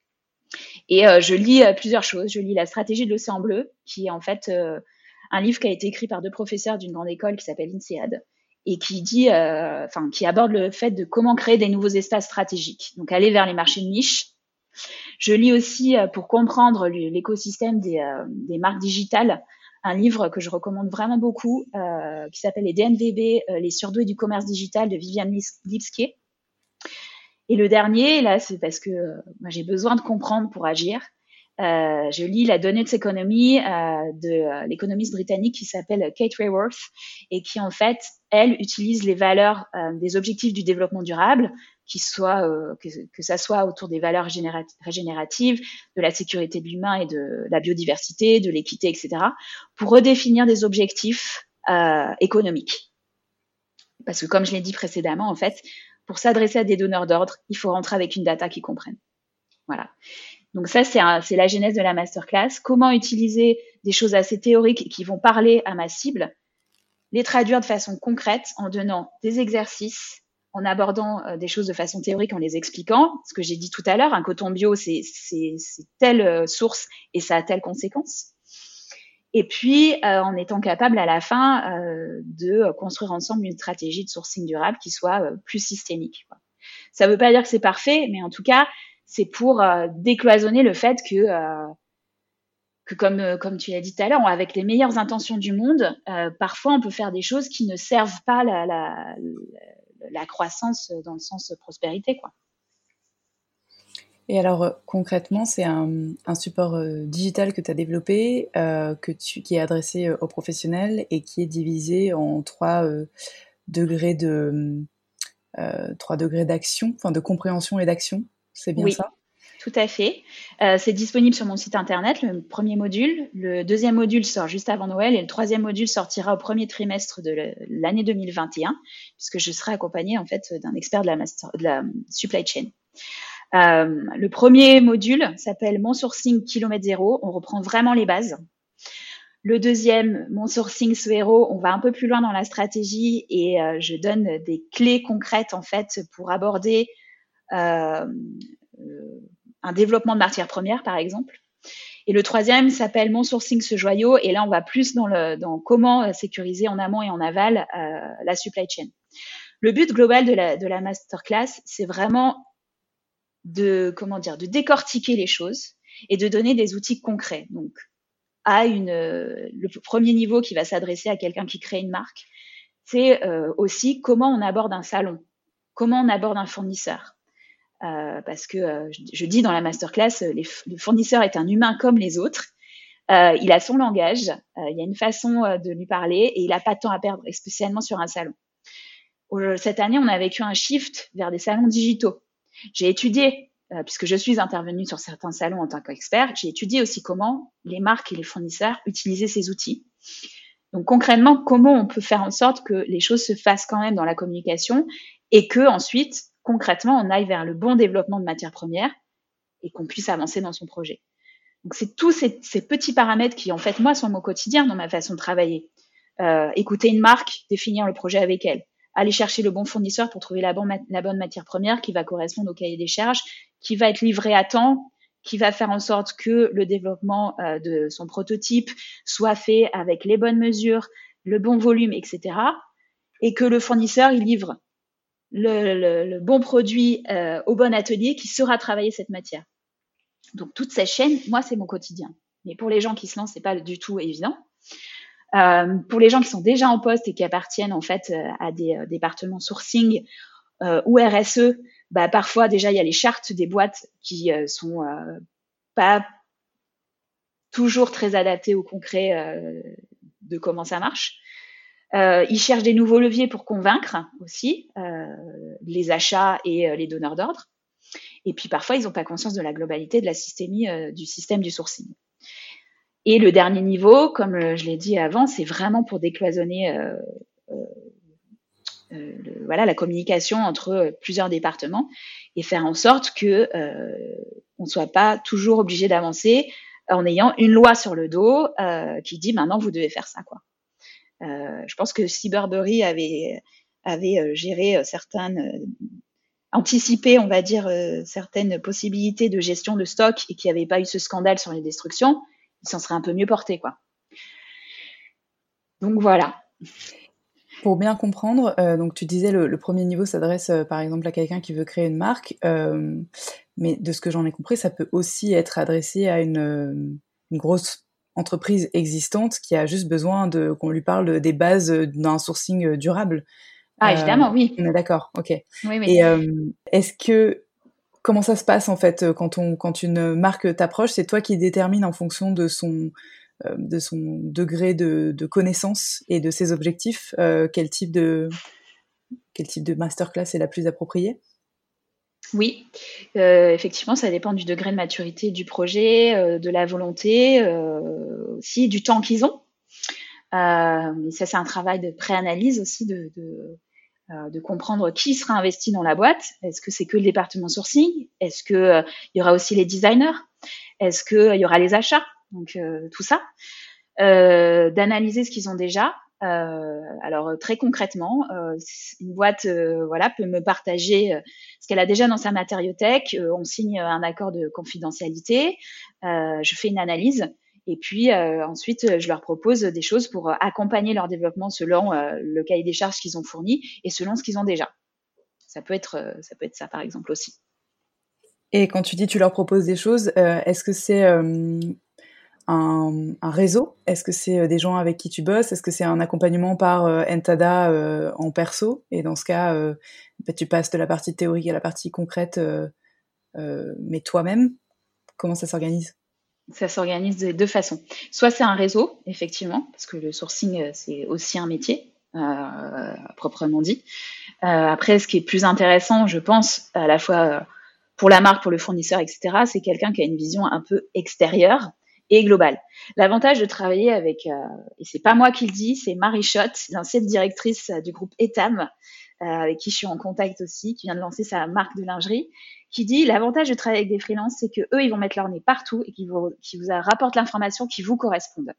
Et euh, je lis euh, plusieurs choses. Je lis La stratégie de l'océan bleu, qui est en fait euh, un livre qui a été écrit par deux professeurs d'une grande école qui s'appelle INSEAD et qui dit, euh, enfin, qui aborde le fait de comment créer des nouveaux espaces stratégiques. Donc, aller vers les marchés de niche. Je lis aussi, euh, pour comprendre l'écosystème des, euh, des marques digitales, un livre que je recommande vraiment beaucoup, euh, qui s'appelle Les D N V B, euh, les surdoués du commerce digital de Viviane Lipskié. Et le dernier, là, c'est parce que euh, moi, j'ai besoin de comprendre pour agir. Euh, je lis La donnée de économie euh, de euh, l'économiste britannique qui s'appelle Kate Raworth et qui, en fait, elle, utilise les valeurs euh, des objectifs du développement durable, qui soit, euh, que, que ça soit autour des valeurs régénératives, de la sécurité de l'humain et de la biodiversité, de l'équité, et cetera, pour redéfinir des objectifs euh, économiques. Parce que, comme je l'ai dit précédemment, en fait, pour s'adresser à des donneurs d'ordre, il faut rentrer avec une data qu'ils comprennent. Voilà. Donc ça, c'est, un, c'est la genèse de la masterclass. Comment utiliser des choses assez théoriques qui vont parler à ma cible, les traduire de façon concrète en donnant des exercices, en abordant euh, des choses de façon théorique, en les expliquant. Ce que j'ai dit tout à l'heure, un coton bio, c'est, c'est, c'est telle euh, source et ça a telle conséquence. Et puis, euh, en étant capable à la fin euh, de construire ensemble une stratégie de sourcing durable qui soit euh, plus systémique, quoi. Ça ne veut pas dire que c'est parfait, mais en tout cas, c'est pour euh, décloisonner le fait que, euh, que comme, euh, comme tu l'as dit tout à l'heure, avec les meilleures intentions du monde, euh, parfois on peut faire des choses qui ne servent pas la, la, la, la croissance dans le sens prospérité, quoi. Et alors euh, concrètement, c'est un, un support euh, digital que tu as développé, euh, que tu, qui est adressé euh, aux professionnels et qui est divisé en trois euh, degrés de euh, trois degrés d'action, enfin de compréhension et d'action. C'est bien oui, ça? Tout à fait. Euh, c'est disponible sur mon site internet, le premier module. Le deuxième module sort juste avant Noël et le troisième module sortira au premier trimestre de l'année deux mille vingt et un, puisque je serai accompagnée en fait d'un expert de la, master, de la supply chain. Euh, le premier module s'appelle Mon sourcing kilomètre zéro. On reprend vraiment les bases. Le deuxième, Mon sourcing sous héros, on va un peu plus loin dans la stratégie et euh, je donne des clés concrètes en fait pour aborder euh, euh, un développement de matières premières, par exemple. Et le troisième s'appelle Mon sourcing ce joyau et là on va plus dans, le, dans comment sécuriser en amont et en aval euh, la supply chain. Le but global de la, de la masterclass, c'est vraiment de, comment dire, de décortiquer les choses et de donner des outils concrets. Donc, à une, euh, le premier niveau qui va s'adresser à quelqu'un qui crée une marque, c'est euh, aussi comment on aborde un salon, comment on aborde un fournisseur. Euh, parce que euh, je, je dis dans la masterclass, les, le fournisseur est un humain comme les autres. Euh, il a son langage, euh, il y a une façon euh, de lui parler et il n'a pas de temps à perdre, spécialement sur un salon. Cette année, on a vécu un shift vers des salons digitaux. J'ai étudié, euh, puisque je suis intervenue sur certains salons en tant qu'expert, j'ai étudié aussi comment les marques et les fournisseurs utilisaient ces outils. Donc concrètement, comment on peut faire en sorte que les choses se fassent quand même dans la communication et que ensuite, concrètement, on aille vers le bon développement de matières premières et qu'on puisse avancer dans son projet. Donc c'est tous ces, ces petits paramètres qui, en fait, moi, sont mon quotidien dans ma façon de travailler. Euh, écouter une marque, définir le projet avec elle, aller chercher le bon fournisseur pour trouver la bonne, la bonne matière première qui va correspondre au cahier des charges, qui va être livré à temps, qui va faire en sorte que le développement euh, de son prototype soit fait avec les bonnes mesures, le bon volume, et cetera. Et que le fournisseur, il livre le, le, le bon produit euh, au bon atelier qui saura travailler cette matière. Donc, toute cette chaîne, moi, c'est mon quotidien. Mais pour les gens qui se lancent, c'est pas du tout évident. Euh, pour les gens qui sont déjà en poste et qui appartiennent en fait à des euh, départements sourcing euh, ou R S E, bah, parfois déjà il y a les chartes des boîtes qui euh, sont euh, pas toujours très adaptées au concret euh, de comment ça marche. Euh, ils cherchent des nouveaux leviers pour convaincre aussi euh, les achats et euh, les donneurs d'ordre. Et puis parfois ils n'ont pas conscience de la globalité de la systémie euh, du système du sourcing. Et le dernier niveau, comme je l'ai dit avant, c'est vraiment pour décloisonner euh, euh, euh, voilà, la communication entre plusieurs départements et faire en sorte que euh, on ne soit pas toujours obligé d'avancer en ayant une loi sur le dos euh, qui dit maintenant vous devez faire ça, quoi. Euh, je pense que si Burberry avait, avait euh, géré euh, certaines, euh, anticipé, on va dire, euh, certaines possibilités de gestion de stock et qu'il n'y avait pas eu ce scandale sur les destructions, il s'en serait un peu mieux porté, quoi. Donc voilà. Pour bien comprendre, euh, donc tu disais le, le premier niveau s'adresse euh, par exemple à quelqu'un qui veut créer une marque, euh, mais de ce que j'en ai compris, ça peut aussi être adressé à une, une grosse entreprise existante qui a juste besoin de qu'on lui parle des bases d'un sourcing durable. Ah, évidemment, euh, oui. On est d'accord, ok. Oui, oui. Et euh, est-ce que comment ça se passe en fait quand on quand une marque t'approche, c'est toi qui détermine en fonction de son euh, de son degré de, de connaissance et de ses objectifs euh, quel type de quel type de masterclass est la plus appropriée? Oui, euh, effectivement, ça dépend du degré de maturité du projet, euh, de la volonté, euh, aussi du temps qu'ils ont. Euh, mais ça, c'est un travail de pré-analyse aussi, de, de, euh, de comprendre qui sera investi dans la boîte. Est-ce que c'est que le département sourcing? Est-ce que euh, il y aura aussi les designers? Est-ce que euh, il y aura les achats? Donc euh, tout ça, euh, d'analyser ce qu'ils ont déjà. Euh, alors très concrètement, euh, une boîte, euh, voilà, peut me partager euh, ce qu'elle a déjà dans sa matériothèque. Euh, on signe un accord de confidentialité. Euh, je fais une analyse. Et puis euh, ensuite, je leur propose des choses pour accompagner leur développement selon euh, le cahier des charges qu'ils ont fourni et selon ce qu'ils ont déjà. Ça peut être, euh, ça peut être ça, par exemple, aussi. Et quand tu dis tu leur proposes des choses, euh, est-ce que c'est euh, un, un réseau? Est-ce que c'est des gens avec qui tu bosses? Est-ce que c'est un accompagnement par euh, Entada euh, en perso? Et dans ce cas, euh, bah, tu passes de la partie théorique à la partie concrète, euh, euh, mais toi-même? Comment ça s'organise? Ça s'organise de deux façons. Soit c'est un réseau, effectivement, parce que le sourcing, c'est aussi un métier, euh, proprement dit. Euh, après, ce qui est plus intéressant, je pense, à la fois pour la marque, pour le fournisseur, et cetera, c'est quelqu'un qui a une vision un peu extérieure et globale. L'avantage de travailler avec, euh, et c'est pas moi qui le dis, c'est Marie Schott, l'ancienne directrice du groupe Etam, euh, avec qui je suis en contact aussi, qui vient de lancer sa marque de lingerie, qui dit l'avantage de travailler avec des freelances, c'est que eux, ils vont mettre leur nez partout et qu'ils vous, qu'ils vous rapportent l'information qui vous corresponde.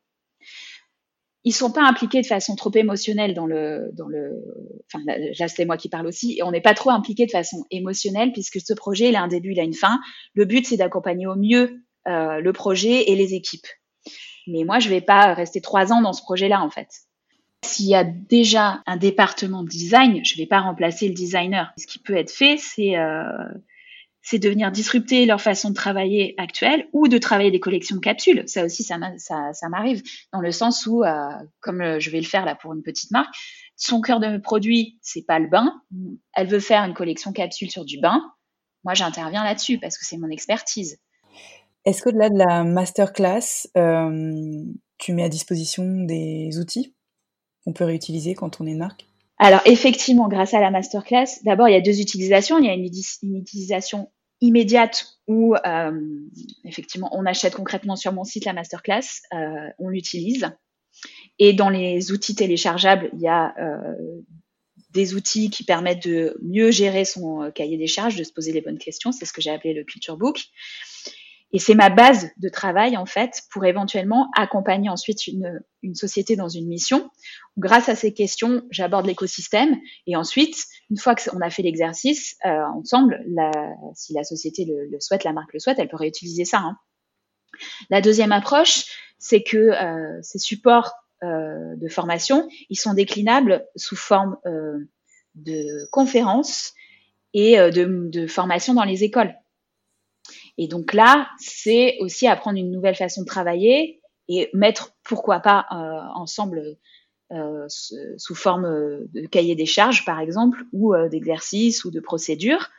Ils sont pas impliqués de façon trop émotionnelle dans le, dans le, enfin là c'est moi qui parle aussi, et on n'est pas trop impliqués de façon émotionnelle puisque ce projet il a un début, il a une fin. Le but c'est d'accompagner au mieux euh, le projet et les équipes. Mais moi je vais pas rester trois ans dans ce projet-là en fait. S'il y a déjà un département de design, je vais pas remplacer le designer. Ce qui peut être fait, c'est euh, c'est de venir disrupter leur façon de travailler actuelle ou de travailler des collections de capsules. Ça aussi, ça, ça, ça m'arrive dans le sens où, euh, comme je vais le faire là pour une petite marque, son cœur de produit, c'est pas le bain. Elle veut faire une collection capsule sur du bain. Moi, j'interviens là-dessus parce que c'est mon expertise. Est-ce qu'au-delà de la masterclass, euh, tu mets à disposition des outils qu'on peut réutiliser quand on est une marque? Alors, effectivement, grâce à la masterclass, d'abord, il y a deux utilisations. Il y a une, une utilisation immédiate où, euh, effectivement, on achète concrètement sur mon site la masterclass, euh, on l'utilise. Et dans les outils téléchargeables, il y a euh, des outils qui permettent de mieux gérer son cahier des charges, de se poser les bonnes questions. C'est ce que j'ai appelé le Culture Book. Et c'est ma base de travail, en fait, pour éventuellement accompagner ensuite une, une société dans une mission. Grâce à ces questions, j'aborde l'écosystème. Et ensuite, une fois qu'on a fait l'exercice, euh, ensemble, la, si la société le, le souhaite, la marque le souhaite, elle peut réutiliser ça. Hein. La deuxième approche, c'est que euh, ces supports euh, de formation, ils sont déclinables sous forme euh, de conférences et euh, de, de formation dans les écoles. Et donc là, c'est aussi apprendre une nouvelle façon de travailler et mettre, pourquoi pas, euh, ensemble euh, sous forme de cahier des charges, par exemple, ou euh, d'exercices ou de procédures,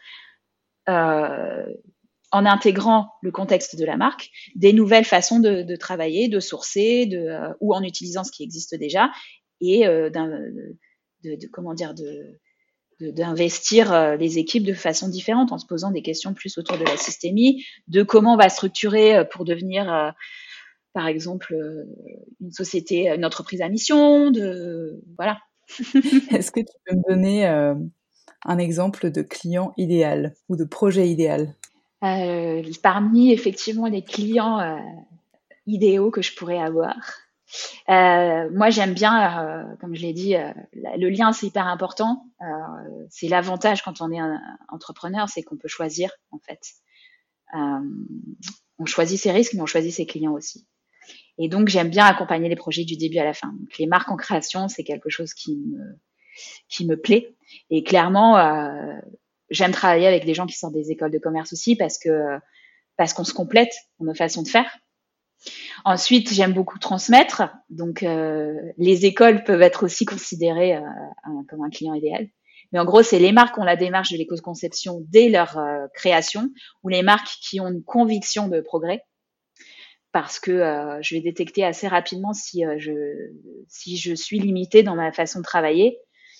euh, en intégrant le contexte de la marque, des nouvelles façons de, de travailler, de sourcer, de, euh, ou en utilisant ce qui existe déjà, et euh, d'un, de, de, comment dire, de De, d'investir euh, les équipes de façon différente en se posant des questions plus autour de la systémie, de comment on va structurer euh, pour devenir, euh, par exemple, euh, une société, une entreprise à mission, de voilà. Est-ce que tu peux me donner euh, un exemple de client idéal ou de projet idéal? Euh, parmi effectivement les clients euh, idéaux que je pourrais avoir, euh, moi j'aime bien, euh, comme je l'ai dit, euh, le lien c'est hyper important. Euh, c'est l'avantage quand on est un entrepreneur, c'est qu'on peut choisir en fait. Euh, on choisit ses risques, mais on choisit ses clients aussi. Et donc j'aime bien accompagner les projets du début à la fin. Donc les marques en création, c'est quelque chose qui me qui me plaît. Et clairement, euh, j'aime travailler avec des gens qui sortent des écoles de commerce aussi parce que parce qu'on se complète dans nos façons de faire. Ensuite, j'aime beaucoup transmettre. Donc, euh, les écoles peuvent être aussi considérées euh, un, comme un client idéal. Mais en gros, c'est les marques qui ont la démarche de l'éco-conception dès leur euh, création ou les marques qui ont une conviction de progrès. Parce que euh, je vais détecter assez rapidement si, euh, je, si je suis limitée dans ma façon de travailler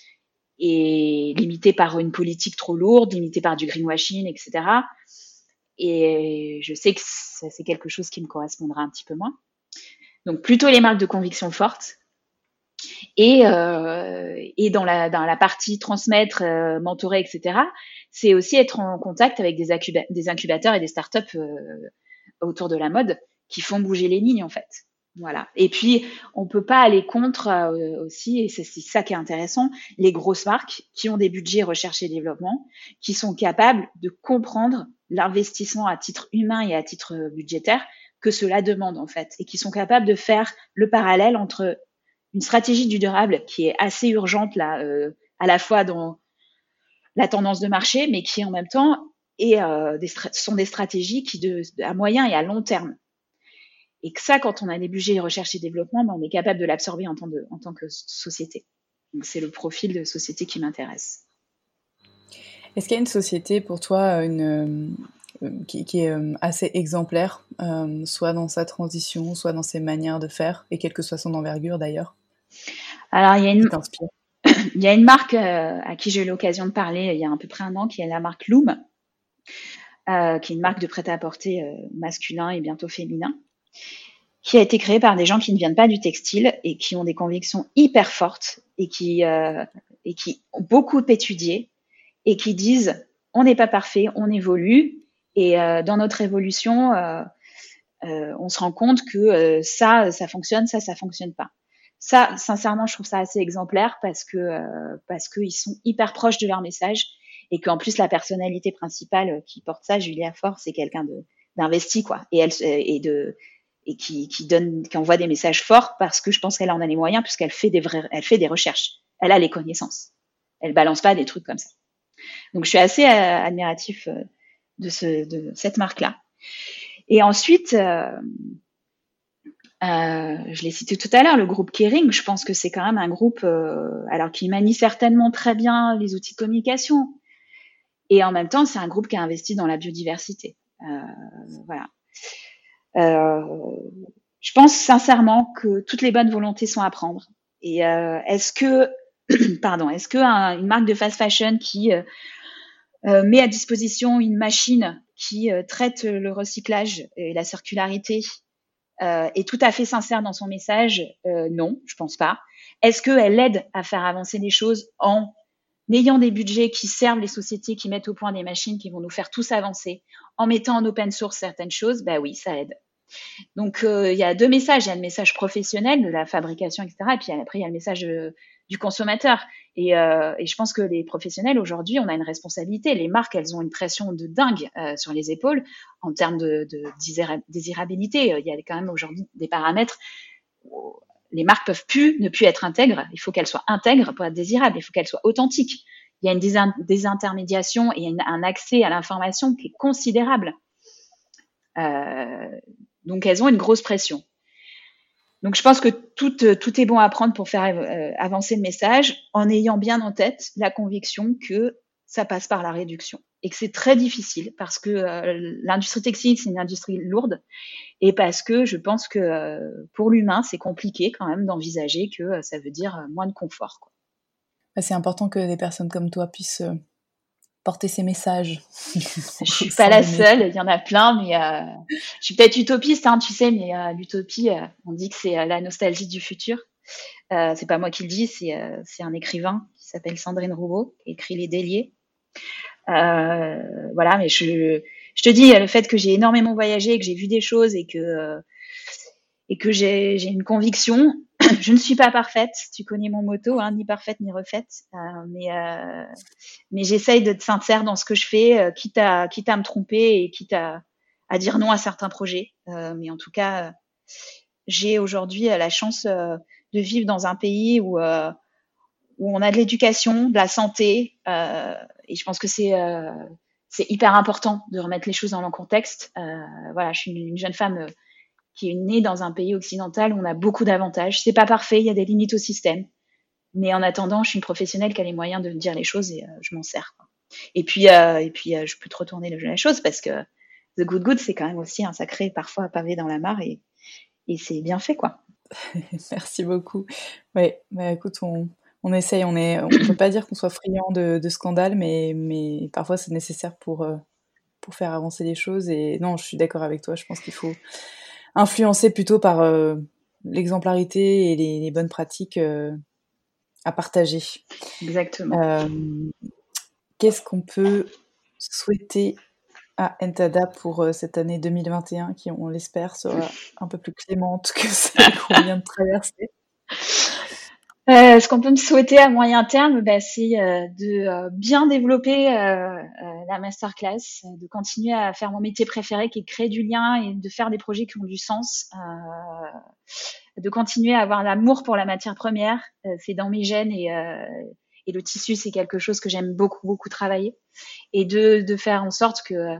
et limitée par une politique trop lourde, limitée par du greenwashing, et cetera. Et je sais que c'est quelque chose qui me correspondra un petit peu moins. Donc, plutôt les marques de conviction fortes. Et, euh, et dans, la, dans la partie transmettre, euh, mentorer, et cetera, c'est aussi être en contact avec des, incuba- des incubateurs et des startups euh, autour de la mode qui font bouger les lignes, en fait. Voilà. Et puis, on peut pas aller contre euh, aussi, et c'est, c'est ça qui est intéressant, les grosses marques qui ont des budgets recherche et développement, qui sont capables de comprendre l'investissement à titre humain et à titre budgétaire que cela demande, en fait, et qui sont capables de faire le parallèle entre une stratégie du durable qui est assez urgente, là, euh, à la fois dans la tendance de marché, mais qui, en même temps, est, euh, des stra- sont des stratégies qui, de, à moyen et à long terme, et que ça, quand on a des budgets de recherche et développement, ben, on est capable de l'absorber en tant, de, en tant que société. Donc, c'est le profil de société qui m'intéresse. Est-ce qu'il y a une société pour toi une, euh, qui, qui est assez exemplaire, euh, soit dans sa transition, soit dans ses manières de faire, et quelle que soit son envergure d'ailleurs? Alors, il y a une, qui t'inspire? Il y a une marque euh, à qui j'ai eu l'occasion de parler il y a à peu près un an, qui est la marque Loom, euh, qui est une marque de prêt-à-porter euh, masculin et bientôt féminin, qui a été créée par des gens qui ne viennent pas du textile et qui ont des convictions hyper fortes et qui, euh, et qui ont beaucoup étudié et qui disent on n'est pas parfait, on évolue et euh, dans notre évolution, euh, euh, on se rend compte que euh, ça, ça fonctionne, ça, ça fonctionne pas. Ça, sincèrement, je trouve ça assez exemplaire parce que euh, parce qu'ils sont hyper proches de leur message et qu'en plus la personnalité principale qui porte ça, Julia Fort, c'est quelqu'un de d'investi quoi et elle et de et qui qui donne qui envoie des messages forts parce que je pense qu'elle en a les moyens puisqu'elle fait des vrais elle fait des recherches, elle a les connaissances, elle balance pas des trucs comme ça. Donc je suis assez euh, admiratif euh, de ce de cette marque là. Et ensuite. Euh, Euh, je l'ai cité tout à l'heure, le groupe Kering, je pense que c'est quand même un groupe euh, alors qui manie certainement très bien les outils de communication et en même temps c'est un groupe qui a investi dans la biodiversité. Euh, voilà. Euh, je pense sincèrement que toutes les bonnes volontés sont à prendre. Et euh, est-ce que, pardon, est-ce que un, une marque de fast fashion qui euh, euh, met à disposition une machine qui euh, traite le recyclage et la circularité Euh, est tout à fait sincère dans son message? euh, Non, je pense pas. Est-ce qu'elle aide à faire avancer les choses en ayant des budgets qui servent les sociétés, qui mettent au point des machines qui vont nous faire tous avancer, en mettant en open source certaines choses? Ben oui, ça aide. Donc, euh, il y a deux messages. Il y a le message professionnel de la fabrication, et cetera. Et puis après, il y a le message de, du consommateur. Et, euh, et je pense que les professionnels, aujourd'hui, on a une responsabilité. Les marques, elles ont une pression de dingue euh, sur les épaules en termes de, de désirabilité. Il y a quand même aujourd'hui des paramètres où les marques peuvent plus ne plus être intègres. Il faut qu'elles soient intègres pour être désirables. Il faut qu'elles soient authentiques. Il y a une désin- désintermédiation et une, un accès à l'information qui est considérable. Euh, donc, elles ont une grosse pression. Donc, je pense que tout, tout est bon à prendre pour faire euh, avancer le message en ayant bien en tête la conviction que ça passe par la réduction et que c'est très difficile parce que euh, l'industrie textile, c'est une industrie lourde et parce que je pense que euh, pour l'humain, c'est compliqué quand même d'envisager que euh, ça veut dire moins de confort, quoi. C'est important que des personnes comme toi puissent euh, porter ces messages. Je suis pas la seule, il y en a plein, mais euh, je suis peut-être utopiste, hein, tu sais, mais euh, l'utopie, euh, on dit que c'est euh, la nostalgie du futur. Euh, c'est pas moi qui le dis, c'est, euh, c'est un écrivain qui s'appelle Sandrine Rousseau, qui écrit Les Déliés. Euh, voilà, mais je, je te dis, le fait que j'ai énormément voyagé, que j'ai vu des choses et que, euh, et que j'ai, j'ai une conviction. Je ne suis pas parfaite, tu connais mon motto, hein, ni parfaite ni refaite, euh, mais, euh, mais j'essaye d'être sincère dans ce que je fais, euh, quitte, à, quitte à me tromper et quitte à, à dire non à certains projets. Euh, mais en tout cas, euh, j'ai aujourd'hui euh, la chance euh, de vivre dans un pays où, euh, où on a de l'éducation, de la santé, euh, et je pense que c'est, euh, c'est hyper important de remettre les choses dans leur contexte. Euh, voilà, je suis une, une jeune femme euh, qui est née dans un pays occidental où on a beaucoup d'avantages. C'est pas parfait, il y a des limites au système, mais en attendant, je suis une professionnelle qui a les moyens de dire les choses et euh, je m'en sers, quoi. Et puis, euh, et puis, euh, je peux te retourner la chose parce que The Good Good, c'est quand même aussi un sacré parfois pavé dans la mare et, et c'est bien fait, quoi. Merci beaucoup. Oui, bah, écoute, on, on essaye, on est, on peut pas dire qu'on soit friand de, de scandales, mais, mais parfois c'est nécessaire pour, euh, pour faire avancer les choses. Et non, je suis d'accord avec toi, je pense qu'il faut influencer plutôt par euh, l'exemplarité et les, les bonnes pratiques euh, à partager. Exactement. Euh, qu'est-ce qu'on peut souhaiter à Entada pour euh, cette année deux mille vingt et un qui, on l'espère, sera un peu plus clémente que celle qu'on vient de traverser? Euh, ce qu'on peut me souhaiter à moyen terme, bah, c'est euh, de euh, bien développer euh, euh, la masterclass, de continuer à faire mon métier préféré qui est de créer du lien et de faire des projets qui ont du sens, euh, de continuer à avoir l'amour pour la matière première, euh, c'est dans mes gènes et, euh, et le tissu, c'est quelque chose que j'aime beaucoup, beaucoup travailler, et de, de faire en sorte que,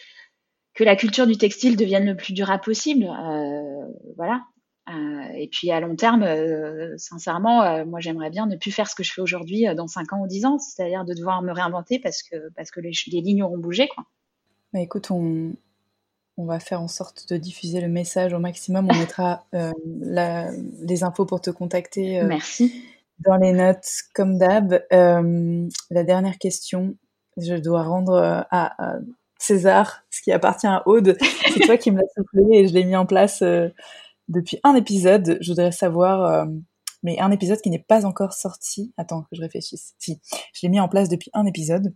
que la culture du textile devienne le plus durable possible. Euh, voilà. Euh, et puis à long terme, euh, sincèrement, euh, moi j'aimerais bien ne plus faire ce que je fais aujourd'hui euh, dans cinq ans ou dix ans, c'est-à-dire de devoir me réinventer parce que, parce que les, les lignes auront bougé, quoi. Bah, écoute, on, on va faire en sorte de diffuser le message au maximum. On mettra euh, la, les infos pour te contacter euh, Merci. Dans les notes, comme d'hab. Euh, la dernière question, je dois rendre euh, à, à César ce qui appartient à Aude. C'est toi qui me l'as soufflé et je l'ai mis en place euh, depuis un épisode. Je voudrais savoir, euh, mais un épisode qui n'est pas encore sorti. Attends que je réfléchisse. Si, je l'ai mis en place depuis un épisode.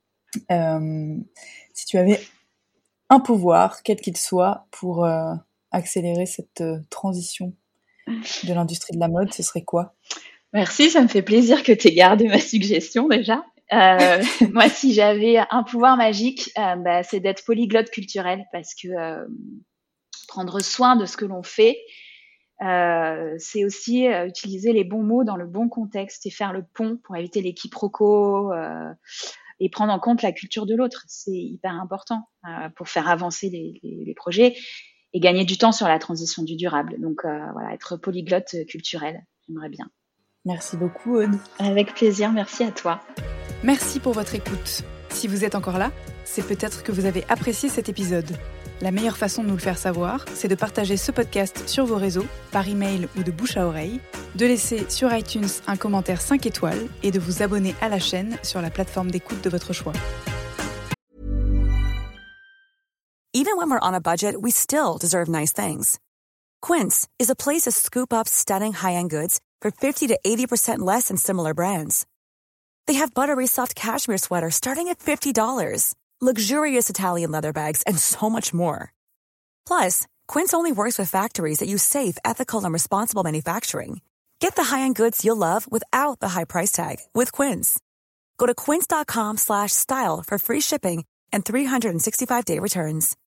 Euh, si tu avais un pouvoir, quel qu'il soit, pour euh, accélérer cette euh, transition de l'industrie de la mode, ce serait quoi? Merci, ça me fait plaisir que tu aies gardé ma suggestion déjà. Euh, moi, si j'avais un pouvoir magique, euh, bah, c'est d'être polyglotte culturelle parce que euh, prendre soin de ce que l'on fait, euh, c'est aussi euh, utiliser les bons mots dans le bon contexte et faire le pont pour éviter les quiproquos euh, et prendre en compte la culture de l'autre. C'est hyper important euh, pour faire avancer les, les, les projets et gagner du temps sur la transition du durable. Donc euh, voilà, être polyglotte culturelle, j'aimerais bien. Merci beaucoup, Aude. Avec plaisir, merci à toi. Merci pour votre écoute. Si vous êtes encore là, c'est peut-être que vous avez apprécié cet épisode. La meilleure façon de nous le faire savoir, c'est de partager ce podcast sur vos réseaux, par email ou de bouche à oreille, de laisser sur iTunes un commentaire cinq étoiles et de vous abonner à la chaîne sur la plateforme d'écoute de votre choix. Even when we're on a budget, we still deserve nice things. Quince is a place to scoop up stunning high-end goods for fifty to eighty percent less than similar brands. They have buttery soft cashmere sweaters starting at fifty dollars, luxurious Italian leather bags, and so much more. Plus, Quince only works with factories that use safe, ethical, and responsible manufacturing. Get the high-end goods you'll love without the high price tag with Quince. Go to quince.com slash style for free shipping and three sixty-five day returns.